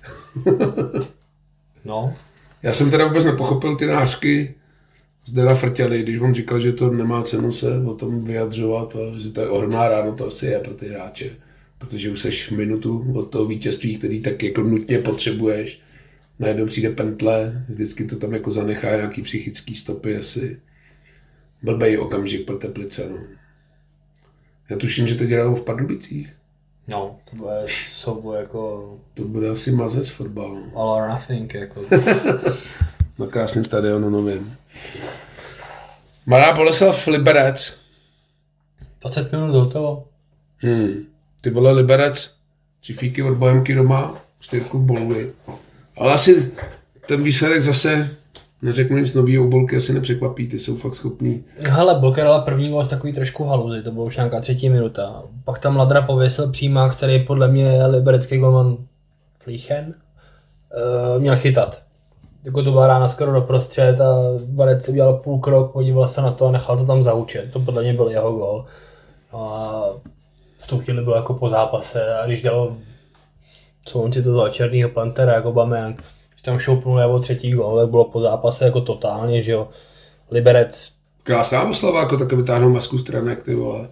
[SPEAKER 2] No.
[SPEAKER 1] Já jsem teda vůbec nepochopil ty nářky zde na Frtěli, když on říkal, že to nemá cenu se o tom vyjadřovat a že to je ohromná ráno, to asi je pro ty hráče. Protože už seš minutu od toho vítězství, který tak jako nutně potřebuješ. Najednou přijde pentle, vždycky to tam jako zanechá nějaký psychický stopy, asi blbej okamžik pro Teplice, no. Já tuším, že to dělají v Pardubicích.
[SPEAKER 2] No, to bude souboj jako...
[SPEAKER 1] To bude asi mazec fotbal.
[SPEAKER 2] All or nothing, jako.
[SPEAKER 1] Na krásném stadionu novým. Mladá Boleslav Liberec.
[SPEAKER 2] 20 minut do toho.
[SPEAKER 1] Ty vole Liberec, 3 fíky od Bohemky doma, 4 boluly. Ale asi ten výsledek zase, neřeknu nic novýho, u Bolky asi nepřekvapí, ty jsou fakt schopní.
[SPEAKER 2] Hele, Bolka dala první gól z takový trošku haluzy, to bylo už nějaká 3. minuta. Pak tam Ladra pověsil přímák, který podle mě liberecký golman Flíchen měl chytat. Jako to byla rána skoro doprostřed a Barec si udělal půl krok, podíval se na to a nechal to tam zahučet. To podle mě byl jeho gól. A v tu chvíli bylo jako po zápase a když dal, co on si to vzal, černýho Pantera jako Aubameyang, když tam šoupnul jeho 3. gól, tak bylo po zápase jako totálně, že jo. Liberec.
[SPEAKER 1] Krásná oslava, jako tak vytáhnou masku stranek, ty vole.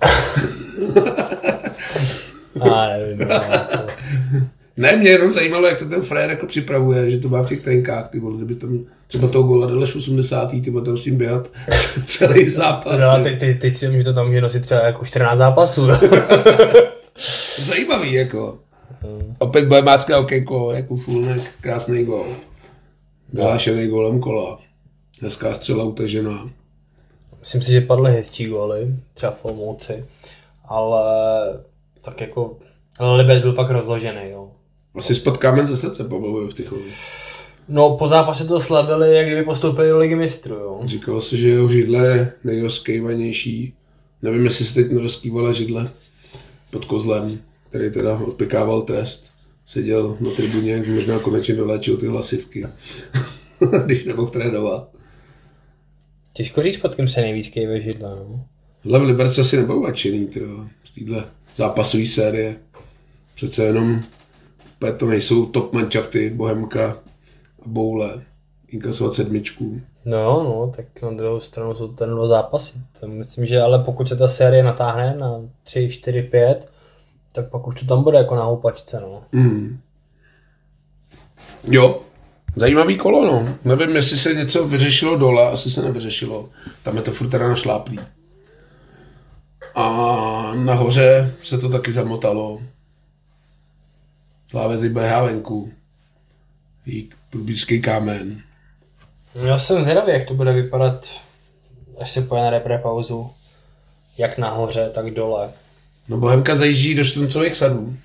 [SPEAKER 2] Nevím,
[SPEAKER 1] Ne, mě jenom zajímalo, jak to ten Frér jako připravuje, že to má v těch tenkách, ty vole, kdyby tam třeba toho góla dal až 80. ty vole, tam s tím běhat celý zápas.
[SPEAKER 2] No a teď si myslím, že to tam může nosit třeba jako 14 zápasů.
[SPEAKER 1] Zajímavý, jako. Opět bohemácké okénko, jako Fulnek, krásný gól. Vyhlášený gólem kola. Hezká střela utažená.
[SPEAKER 2] Myslím si, že padly hezčí góly, třeba v Olomouci, ale tak jako Liberec byl pak rozložený, jo.
[SPEAKER 1] Asi spod kámen ze srdce Pavlovi v Tychově.
[SPEAKER 2] No po zápase to slavili, jak kdyby postoupili do Ligy mistrů, jo.
[SPEAKER 1] Říkalo se, že jeho židle je nejrozkejvanější. Nevím, jestli se teď nerozkývala židle pod kozlem, který teda odpěkával trest. Seděl na tribuně, možná konečně doléčil ty hlasivky, když nemohl trénovat.
[SPEAKER 2] Těžko říct, pod kým se nejvíc kejve židle, no.
[SPEAKER 1] Tohle v Liberci asi nebudou nadšený, z téhle zápasové série. Přece jenom to nejsou top manšafty, Bohemka a Boule. Inkasovat 7.
[SPEAKER 2] No, tak na druhou stranu jsou to 2 zápasy. To myslím, že ale pokud se ta série natáhne na 3, 4, 5, tak pak už to tam bude jako na houpačce, no.
[SPEAKER 1] Jo, zajímavý kolo, no. Nevím, jestli se něco vyřešilo dole, asi se nevyřešilo. Tam je to furt teda našláplý. A nahoře se to taky zamotalo. Slávě teď BH venku. Průbířský kámen.
[SPEAKER 2] Já jsem zvědavý, jak to bude vypadat, až se poje na reprepauzu. Jak nahoře, tak dole.
[SPEAKER 1] No Bohemka zajíždí do Štuncových sadů.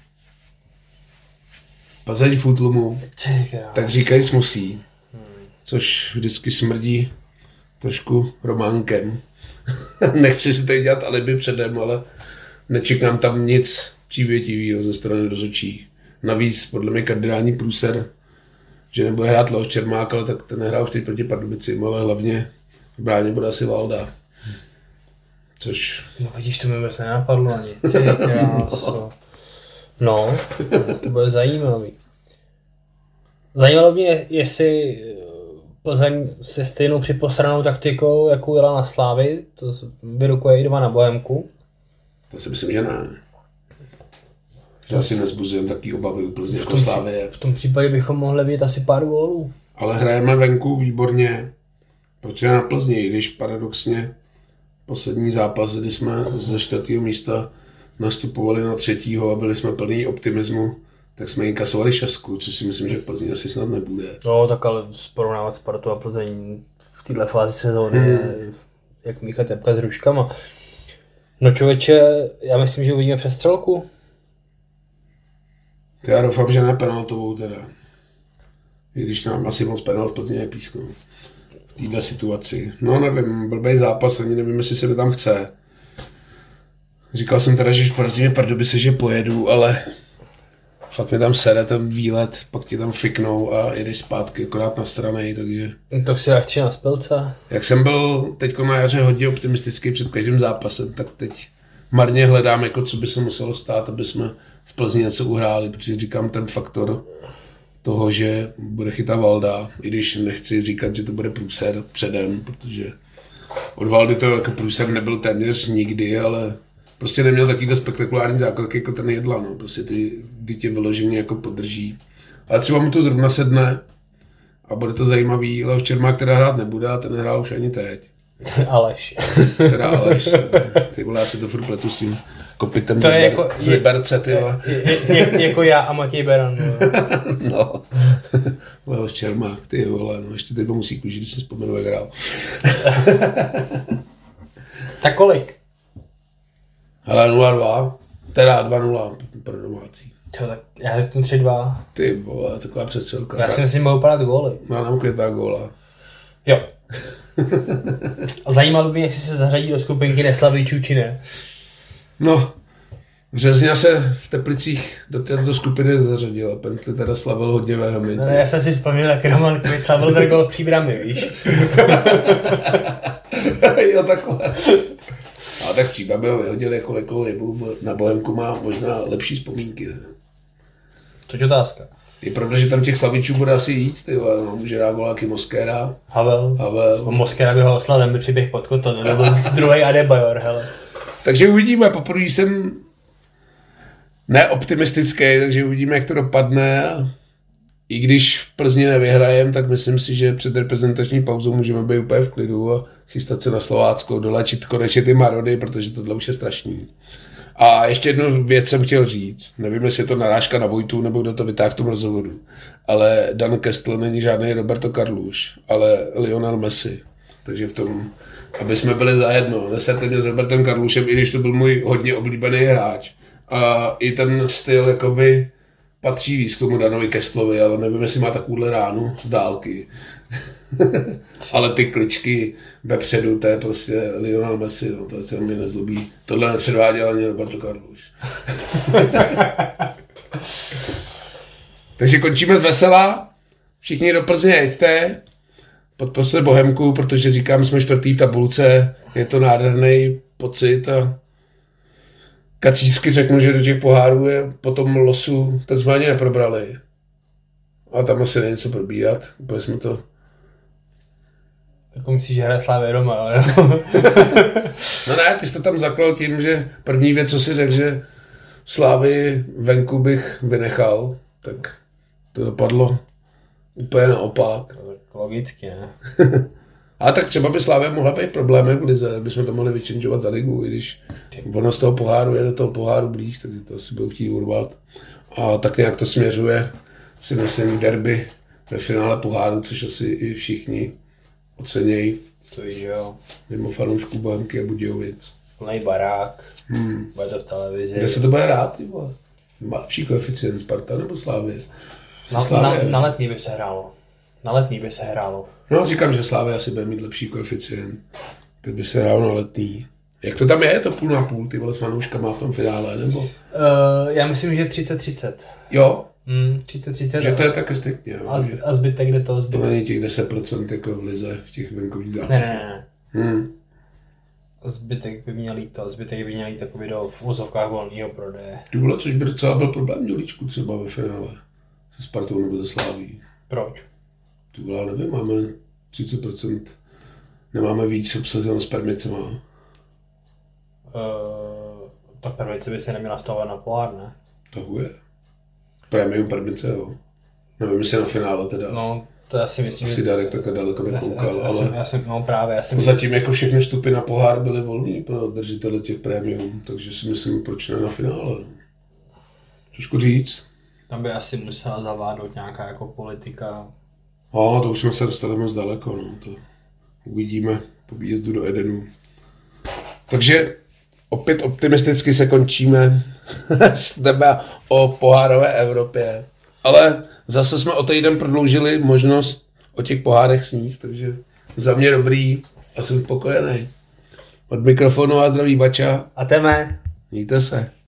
[SPEAKER 1] Plzeň v útlumu. Tak říkajíc musí. Což vždycky smrdí trošku románkem. Nechci si tady dělat alibi předem, ale nečekám tam nic přívětivého ze strany rozhodčích. Navíc podle mě kardinální průser, že nebude hrát Leoš Čermák, ale tak ten nehrál už teď proti Pardubicím, ale hlavně v bráně bude asi Valda. Což...
[SPEAKER 2] No vidíš, to mi vůbec nenapadlo ani. Ty kráso. No, to bude zajímavý. Zajímalo mě, jestli Plzeň se stejnou připosranou taktikou, jakou jela na Slávy, to vyrukuje i 2 na Bohemku.
[SPEAKER 1] To si myslím, že ne. Že asi nezbuzujeme takový obavy u Plzně jako Slávy.
[SPEAKER 2] V tom případě bychom mohli vidět asi pár gólů.
[SPEAKER 1] Ale hrajeme venku výborně. Protože na Plzni, když paradoxně poslední zápas, kdy jsme ze 4. místa nastupovali na 3. a byli jsme plný optimismu, tak jsme inkasovali 6, což si myslím, že v Plzni asi snad nebude.
[SPEAKER 2] No tak ale porovnávat Spartu a Plzeň v této fázi sezóny je jak míchat jabka s hruškama. No člověče, já myslím, že uvidíme přestřelku.
[SPEAKER 1] Já doufám, že ne penaltovou teda. I když nám asi moc penalt v Plzni nepísknou. V této situaci. No nevím, blbej zápas, ani nevím, jestli se mi tam chce. Říkal jsem teda, že porazíme Pardubice, že pojedu, ale fakt mi tam sere ten výlet, pak ti tam fiknou a jedeš zpátky akorát na straně, takže...
[SPEAKER 2] To si radši na Spilce.
[SPEAKER 1] Jak jsem byl teď na jaře hodně optimistický před každým zápasem, tak teď marně hledám, jako co by se muselo stát, aby jsme v Plzni něco uhráli, protože říkám ten faktor toho, že bude chytat Valda, i když nechci říkat, že to bude průser předem, protože od Valdy to jako průser nebyl téměř nikdy, ale prostě neměl takovýto spektakulární základ jako ten Jedla, no. Prostě ty dítě vyloženě jako podrží. Ale třeba mu to zrovna sedne a bude to zajímavý, ale Čermák teda hrát nebude a ten nehrál už ani teď.
[SPEAKER 2] Aleš.
[SPEAKER 1] Teda Aleš, ty vole, já si to furt pletu s tím kopitem
[SPEAKER 2] to je jako,
[SPEAKER 1] z Liberce, ty vole.
[SPEAKER 2] Jako já a Matěj Beran.
[SPEAKER 1] No, Leoš Čermák, ty vole, no ještě teď musí kůžit, když si vzpomenu, jak hrál.
[SPEAKER 2] Tak kolik?
[SPEAKER 1] Hele, 0-2, teda 2-0 pro domácí.
[SPEAKER 2] To, tak já řeknu 3-2.
[SPEAKER 1] Ty vole, taková přestřelka.
[SPEAKER 2] Já si myslím, budou padat góly.
[SPEAKER 1] No, nám Květa góla.
[SPEAKER 2] Jo. A zajímalo by mě, jestli se zařadí do skupinky Neslavičů, či ne.
[SPEAKER 1] No, Řezňa se v Teplicích do této skupiny zařadila. Pentli teda slavil hodně vehementně.
[SPEAKER 2] No, já jsem si vzpomněl, jak Roman Kvit slavil ten gól v Příbrami, víš?
[SPEAKER 1] Jo, takhle. A tak Příbrami ho vyhodil jako leklou rybu. Na Bohemku má možná lepší vzpomínky. Ne?
[SPEAKER 2] To je otázka.
[SPEAKER 1] Je pravda, že tam těch Slavičů bude asi víc, ty vole, no, může dát goláky Mosquera.
[SPEAKER 2] Havel. Mosquera by ho oslal, ten by přiběh pod koton, to byl druhý Adebayor, hele.
[SPEAKER 1] Takže uvidíme, poprvé jsem neoptimistický, takže uvidíme, jak to dopadne. I když v Plzni nevyhrajem, tak myslím si, že před reprezentační pauzou můžeme být úplně v klidu a chystat se na Slovácko, doléčit konečně ty marody, protože tohle už je strašný. A ještě jednu věc jsem chtěl říct. Nevím, jestli je to narážka na Vojtu, nebo kdo to vytáhl v tom rozhovoru. Ale Dan Kestl není žádný Roberto Carlos, ale Lionel Messi. Takže v tom, aby jsme byli zajedno. Neserte mě s Robertem Carlosem, i když to byl můj hodně oblíbený hráč. A i ten styl jakoby patří víc k tomu Danovi Kestlovi, ale nevím, jestli má takovouhle ránu z dálky. Ale ty kličky vepředu, to je prostě Lionel Messi, no, to se mě nezlobí. Tohle nepředváděl ani Roberto Carlos. Takže končíme z vesela. Všichni do Plzně jeďte. Podpořte Bohemku, protože říkám, jsme čtvrtý v tabulce. Je to nádherný pocit a kacířsky řeknu, že do těch pohárů je po tom losu takzvaně neprobrali. A tam asi není co probírat. Úplně jsme to...
[SPEAKER 2] Jako myslíš, že hraje Slávě doma, ale
[SPEAKER 1] No ne, ty jsi to tam zaklal tím, že první věc, co si řekl, že Slávy venku bych vynechal, tak to dopadlo úplně naopak.
[SPEAKER 2] Logicky, ne?
[SPEAKER 1] A tak třeba by Slávě mohla být problémem v lize, bychom to mohli vyčenžovat za ligu, i když ono z toho poháru je do toho poháru blíž, takže to si budou chtít urvat. A tak nějak to směřuje, si myslím, derby ve finále poháru, což asi i všichni ocenějí.
[SPEAKER 2] To víš, jo.
[SPEAKER 1] Mimo fanoušků Bohemky a Budějovic.
[SPEAKER 2] Plnej barák, bude to v televizi.
[SPEAKER 1] Kde se to bude hrát, ty vole? Má lepší koeficient Sparta nebo Slávě?
[SPEAKER 2] Na Letný by se hrálo. Na Letný by se hrálo.
[SPEAKER 1] No, říkám, že Slávě asi bude mít lepší koeficient. Teď by se hrálo na Letný. Jak to tam je to půl na půl, ty vole, s fanouškama v tom finále, nebo?
[SPEAKER 2] Já myslím, že 30-30.
[SPEAKER 1] Jo?
[SPEAKER 2] 30-30.
[SPEAKER 1] Že to je také striktně, jo?
[SPEAKER 2] A zbytek, kde to zbytek?
[SPEAKER 1] To není těch 10% jako v lize v těch venkovních zápasech.
[SPEAKER 2] Ne. Zbytek by měl jít takový do v úzovkách volného prodeje.
[SPEAKER 1] To bylo, což by docela byl problém Dělíčku třeba ve finále. Se Spartou nebo se Slaví.
[SPEAKER 2] Proč?
[SPEAKER 1] To bylo, nevím, máme 30%. Nemáme víc obsazeno s permicema.
[SPEAKER 2] Ta permice by se neměla stavovat na pohár, ne?
[SPEAKER 1] To je. Premium permice, jo. Nevím, jestli na finále teda.
[SPEAKER 2] No, to já si myslím,
[SPEAKER 1] asi Darek takhle daleko nekoukal, ale...
[SPEAKER 2] Já jsem
[SPEAKER 1] zatím jako všechny vstupy na pohár byly volný pro držitele těch prémium, takže si myslím, proč ne na finále. Těžko říct.
[SPEAKER 2] Tam by asi musela zavládnout nějaká jako politika.
[SPEAKER 1] No, to už jsme se dostali moc daleko, no. To uvidíme po výjezdu do Edenu. Takže opět optimisticky se končíme tebe o pohárové Evropě. Ale zase jsme o týden prodloužili možnost o těch pohárech snít, takže za mě dobrý a jsem spokojený. Od mikrofonu a zdraví Bača.
[SPEAKER 2] A teme.
[SPEAKER 1] Mějte se.